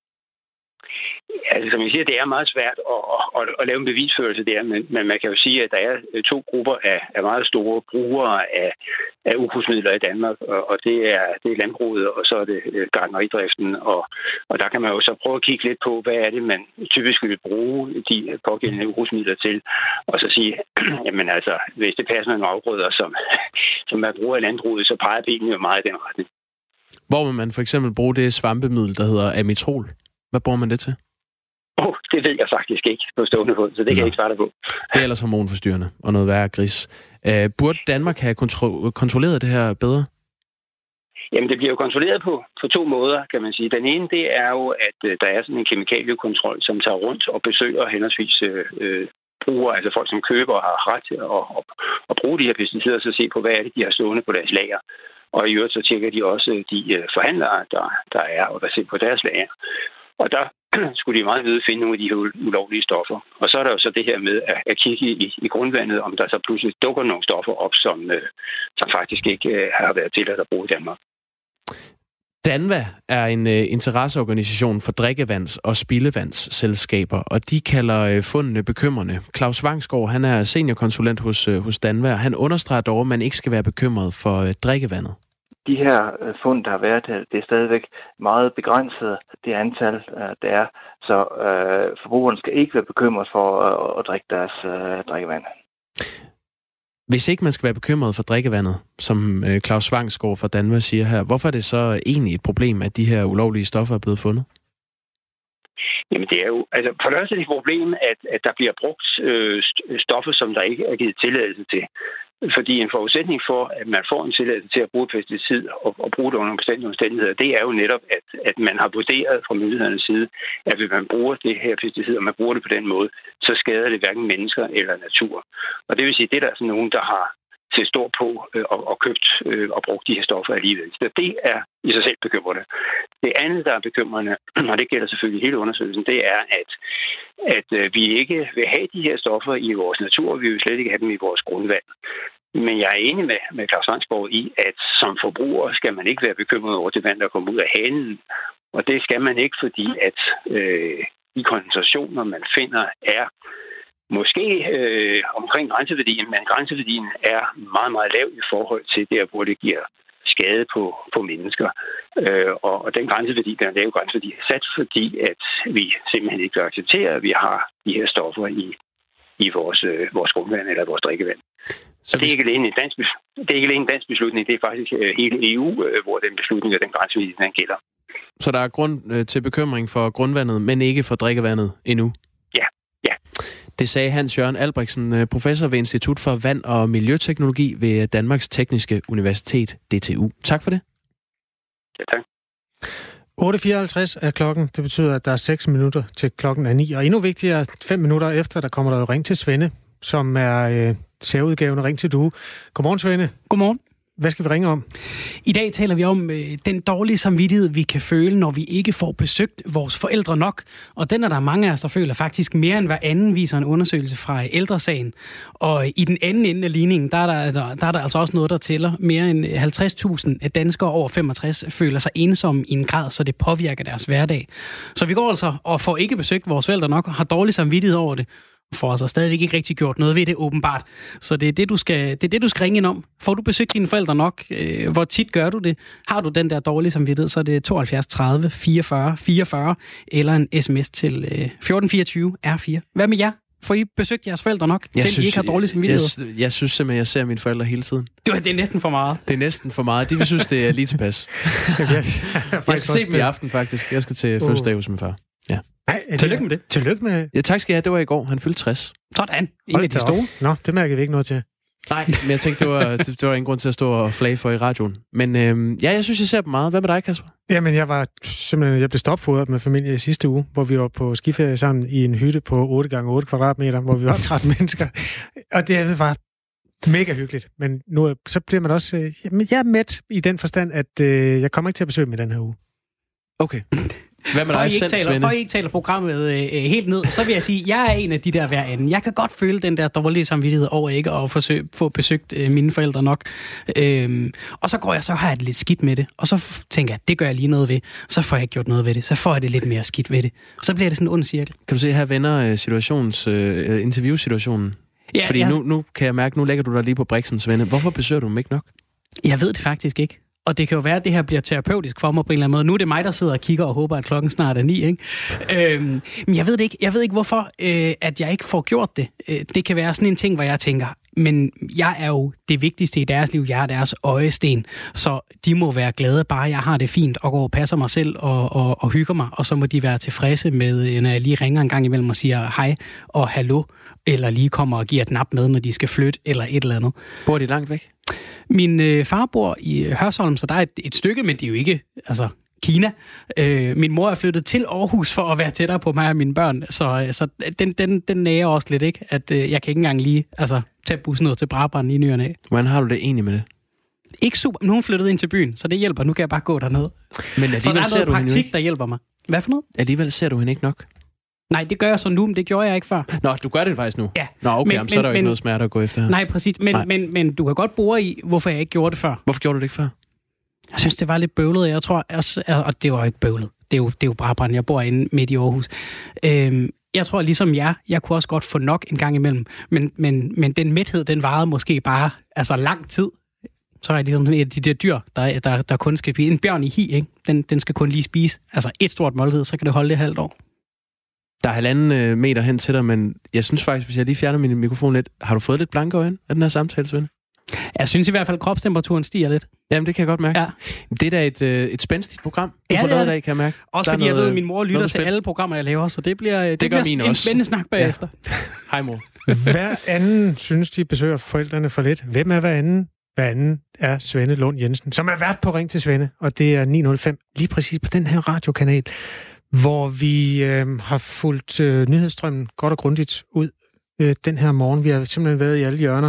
Altså, som jeg siger, det er meget svært at, at, at lave en bevisførelse der, men, men man kan jo sige, at der er to grupper af, af meget store brugere af, af ukrudtsmidler i Danmark, og, og det, er, det er landbruget, og så er det gartneridriften, og, og der kan man jo så prøve at kigge lidt på, hvad er det, man typisk vil bruge de pågældende ukrudtsmidler til, og så sige, jamen altså, hvis det passer med nogle afgrøder, som, som man bruger i landbruget, så peger bilen jo meget i den retning.
Hvor vil man for eksempel bruge det svampemiddel, der hedder amitrol? Hvad bruger man det til?
Oh, det ved jeg faktisk ikke på stående fod, så det kan jeg ikke svare på.
Det er ellers hormonforstyrrende og noget værre gris. Uh, burde Danmark have kontro- kontrolleret det her bedre?
Jamen, det bliver jo kontrolleret på, på to måder, kan man sige. Den ene, det er jo, at uh, der er sådan en kemikaliekontrol, som tager rundt og besøger henholdsvis øh, brugere, altså folk, som køber og har ret til at, at, at bruge de her pesticider, så se på, hvad er det, de har stående på deres lager. Og i øvrigt så tjekker de også de uh, forhandlere, der, der er, og baserer på deres lager. Og der skulle de meget ved finde nogle af de her ulovlige stoffer. Og så er der jo så det her med at, at kigge i, i grundvandet, om der så pludselig dukker nogle stoffer op, som, øh, som faktisk ikke øh, har været tilladt at bruge i Danmark.
DANVA er en øh, interesseorganisation for drikkevands- og spildevandsselskaber, og de kalder øh, fundene bekymrende. Claus Vangsgaard, han er seniorkonsulent hos, øh, hos DANVA, han understreger dog, at man ikke skal være bekymret for øh, drikkevandet.
De her fund, der har været her, det er stadigvæk meget begrænset, det antal, der er. Så øh, forbrugerne skal ikke være bekymret for at, at drikke deres øh, drikkevand.
Hvis ikke man skal være bekymret for drikkevandet, som øh, Claus Vangsgaard fra DANVA siger her, hvorfor er det så egentlig et problem, at de her ulovlige stoffer er blevet fundet?
Jamen det er jo, altså for det første er det et problem, at, at der bliver brugt øh, stoffer, som der ikke er givet tilladelse til. Fordi en forudsætning for, at man får en tilladelse til at bruge pesticid og, og bruge det under nogle bestemte omstændigheder, det er jo netop, at, at man har vurderet fra myndighedernes side, at hvis man bruger det her pesticid, og man bruger det på den måde, så skader det hverken mennesker eller natur. Og det vil sige, at det er der sådan nogen, der har set stort på øh, og, og købt øh, og brugt de her stoffer alligevel. Så det er i sig selv bekymrende. Det andet, der er bekymrende, og det gælder selvfølgelig hele undersøgelsen, det er, at, at øh, vi ikke vil have de her stoffer i vores natur, og vi vil slet ikke have dem i vores grundvand. Men jeg er enig med, med Claus Vangsgaard i, at som forbruger skal man ikke være bekymret over det vand, der kommer ud af hanen. Og det skal man ikke, fordi at øh, de koncentrationer, man finder, er måske øh, omkring grænseværdien, men grænseværdien er meget, meget lav i forhold til der, hvor det giver skade på, på mennesker. Øh, og, og den grænseværdi, der er lav grænseværdi, er sat, fordi at vi simpelthen ikke vil acceptere, at vi har de her stoffer i, i vores, øh, vores grundvand eller vores drikkevand. Så det er ikke alene en dansk, det er ikke alene en dansk beslutning, det er faktisk øh, hele E U, øh, hvor den beslutning og den grænseværdi, den gælder.
Så der er grund øh, til bekymring for grundvandet, men ikke for drikkevandet endnu?
Ja, ja.
Det sagde Hans-Jørgen Albrechtsen, professor ved Institut for Vand og Miljøteknologi ved Danmarks Tekniske Universitet, D T U. Tak for det.
Ja, tak.
otte fireoghalvtreds er klokken. Det betyder, at der er seks minutter til klokken er ni. Og endnu vigtigere, fem minutter efter, der kommer der jo Ring til Svende, som er øh, særudgaven af Ring til Due. Godmorgen, Svende.
Godmorgen.
Hvad skal vi ringe om?
I dag taler vi om øh, den dårlige samvittighed, vi kan føle, når vi ikke får besøgt vores forældre nok. Og den er der mange af os, der føler faktisk mere end hver anden, viser en undersøgelse fra Ældresagen. Og i den anden ende af ligningen, der er der, der, der er der altså også noget, der tæller. Mere end halvtreds tusind danskere over femogtres føler sig ensomme i en grad, så det påvirker deres hverdag. Så vi går altså og får ikke besøgt vores forældre nok, og har dårlig samvittighed over det. For os har stadigvæk ikke rigtig gjort noget ved det, åbenbart. Så det er det, du skal, det er det, du skal ringe ind om. Får du besøgt dine forældre nok? Øh, hvor tit gør du det? Har du den der dårlige samvittighed, så er det tooghalvfjerds tredive fireogfyrre fireogfyrre eller en sms til øh, fjorten fireogtyve R fire. Hvad med jer? Får I besøgt jeres forældre nok, jeg til synes, I ikke har dårlig samvittighed?
Jeg, jeg synes simpelthen, jeg ser mine forældre hele tiden.
Det, det er næsten for meget.
Det er næsten for meget. De vil synes, det er lige tilpas. jeg skal se dem i aften, faktisk. Jeg skal til uh. fødselsdag hos min far. Ja.
Ej,
Tillykke med det.
Tillykke med...
Ja, tak skal jeg have. Det var i går. Han fyldte tres.
Sådan. En af de store.
Nå, det mærker vi ikke noget til.
Nej, men jeg tænkte, det var, det, det var ingen grund til at stå og flage for i radioen. Men øhm, ja, jeg synes, jeg ser dem meget. Hvad med dig, Kasper?
Jamen, jeg var simpelthen, jeg blev stopfodret med familie i sidste uge, hvor vi var på skiferie sammen i en hytte på otte gange otte kvadratmeter, hvor vi var tretten mennesker. Og det var mega hyggeligt. Men nu så bliver man også... Øh, jamen, jeg er mæt i den forstand, at øh, jeg kommer ikke til at besøge dem i den her uge.
Okay. Hvad med
for,
dig
I
selv,
taler,
Svende?
for I ikke taler programmet øh, helt ned, så vil jeg sige, at jeg er en af de der hver anden. Jeg kan godt føle den der dårlige samvittighed over ikke at forsøge, få besøgt øh, mine forældre nok. Øhm, og så går jeg, så har jeg det lidt skidt med det. Og så f- tænker jeg, det gør jeg lige noget ved. Så får jeg ikke gjort noget ved det. Så får jeg det lidt mere skidt ved det. Og så bliver det sådan en ond cirkel.
Kan du se, her vender situations, øh, interviewsituationen?
Ja,
Fordi
jeg...
nu, nu kan jeg mærke, nu lægger du dig lige på briksen, Svende. Hvorfor besøger du dem ikke nok?
Jeg ved det faktisk ikke. Og det kan jo være, at det her bliver terapeutisk for mig på en eller anden måde. Nu er det mig, der sidder og kigger og håber, at klokken snart er ni, ikke? Øhm, men jeg ved det ikke. Jeg ved ikke, hvorfor øh, at jeg ikke får gjort det. Øh, det kan være sådan en ting, hvor jeg tænker, men jeg er jo det vigtigste i deres liv. Jeg er deres øjesten. Så de må være glade, bare jeg har det fint og går og passer mig selv og, og, og hygger mig. Og så må de være tilfredse med, når jeg lige ringer en gang imellem og siger hej og hallo. Eller lige kommer og giver et nap med, når de skal flytte, eller et eller andet.
Bor de langt væk?
Min øh, far bor i Hørsholm, så der er et, et stykke, men det er jo ikke altså, Kina. Øh, min mor er flyttet til Aarhus for at være tættere på mig og mine børn, så, så den, den, den nærer også lidt, ikke? At øh, jeg kan ikke engang lige altså, tage bussen ned til Brabrand i nyerne af.
Hvordan har du det egentlig med det?
Ikke super. Nu er hun flyttet ind til byen, så det hjælper. Nu kan jeg bare gå derned.
Men
så der er noget praktik, der hjælper mig. Hvad for noget?
Alligevel ser du hende ikke nok?
Nej, det gør jeg så nu, men det gjorde jeg ikke før.
Nå, du gør det faktisk nu?
Ja.
Nå, okay,
men,
jamen, så er der jo
men,
ikke noget smerte at gå efter her.
Nej, præcis. Men, nej. Men, men du kan godt bore i, hvorfor jeg ikke gjorde det før.
Hvorfor gjorde du det ikke før?
Jeg synes, det var lidt bøvlet. Jeg tror, jeg, og det var ikke bøvlet. Det er jo, det er jo Brabrand. Jeg bor inde midt i Aarhus. Øhm, jeg tror, ligesom jer, jeg kunne også godt få nok en gang imellem. Men, men, men den mæthed, den varede måske bare altså lang tid. Så er jeg ligesom sådan et af de der dyr, der, der, der kun skal spise. En bjørn i hi, ikke? Den, den skal kun lige spise. Altså et stort måltid, så kan det holde det halvt år.
Der er halvanden meter hen til dig, men jeg synes faktisk, hvis jeg lige fjerner min mikrofon lidt, har du fået lidt blanke øjne af den her samtale, Svend?
Jeg synes i hvert fald, at kropstemperaturen stiger lidt.
Jamen, det kan jeg godt mærke.
Ja.
Det er da et, øh, et spændstigt program, du
ja,
får lavet i dag, kan jeg mærke.
Også fordi noget, jeg ved, at min mor lytter til alle programmer, jeg laver, så det bliver, det
det
bliver
en
også. spændende snak bagefter.
Ja. Hej, mor.
Hver anden synes, de besøger forældrene for lidt. Hvem er hver anden? Hver anden er Svende Lund Jensen, som er vært på Ring til Svende, og det er ni nul fem, lige præcis på den her radiokanal, hvor vi øh, har fulgt øh, nyhedsstrømmen godt og grundigt ud øh, den her morgen. Vi har simpelthen været i alle hjørner.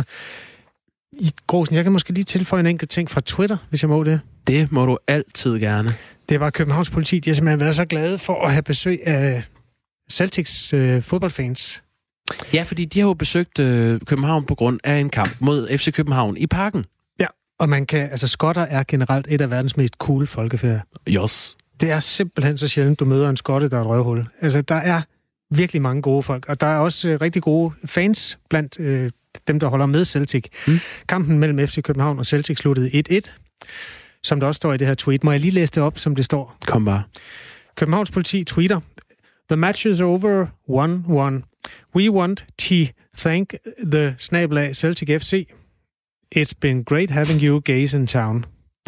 I Grosen, jeg kan måske lige tilføje en enkelt ting fra Twitter, hvis jeg må det.
Det må du altid gerne.
Det var Københavns politi. De har simpelthen været så glade for at have besøg af Celtics øh, fodboldfans.
Ja, fordi de har jo besøgt øh, København på grund af en kamp mod F C København i Parken.
Ja, og man kan, altså skotter er generelt et af verdens mest cool folkefærd.
Yes.
Det er simpelthen så sjældent, du møder en skotte, der er et røvhul. Altså, der er virkelig mange gode folk, og der er også øh, rigtig gode fans blandt øh, dem, der holder med Celtic. Mm. Kampen mellem F C København og Celtic sluttede et et, som der også står i det her tweet. Må jeg lige læse det op, som det står?
Kom bare.
Københavns politi tweeter: The match is over one one. We want to thank the snabelag Celtic F C. It's been great having you gays in town.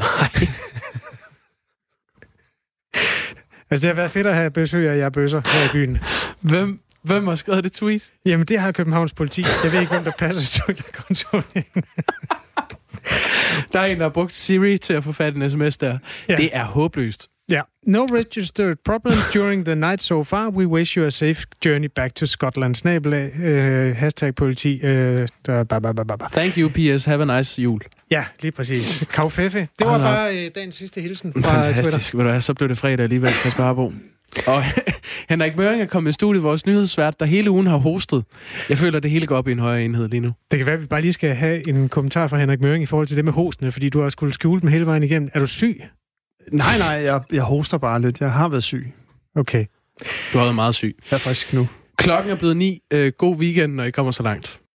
Altså, det har været fedt at have besøg af jer bøsser her i byen.
Hvem, hvem har skrevet det tweet?
Jamen, det har Københavns politi. Jeg ved ikke, hvem der passer Twitter-kontoen.
Der er en, der har brugt Siri til at få fat en sms der. Ja. Det er håbløst.
Ja. Yeah. No registered problems during the night so far. We wish you a safe journey back to Scotland. Snabelag, uh, hashtag politi. Uh,
Thank you, P S. Have a nice jul.
Ja, lige præcis. Kaufeffe. Det var
Hold
bare øh, dagens sidste hilsen fra
Fantastisk. Ved du hvad, så blev det fredag alligevel, Kasper Harbo. Og Henrik Møring er kommet i studiet, vores nyhedsvært, der hele ugen har hostet. Jeg føler, at det hele går op i en højere enhed lige nu.
Det kan være, at vi bare lige skal have en kommentar fra Henrik Møring i forhold til det med hostene, fordi du har skulle skjule dem hele vejen igennem. Er du syg?
Nej, nej, jeg, jeg hoster bare lidt. Jeg har været syg.
Okay.
Du har været meget syg.
Jeg er frisk nu.
Klokken er blevet ni. Øh, god weekend, når I kommer så langt.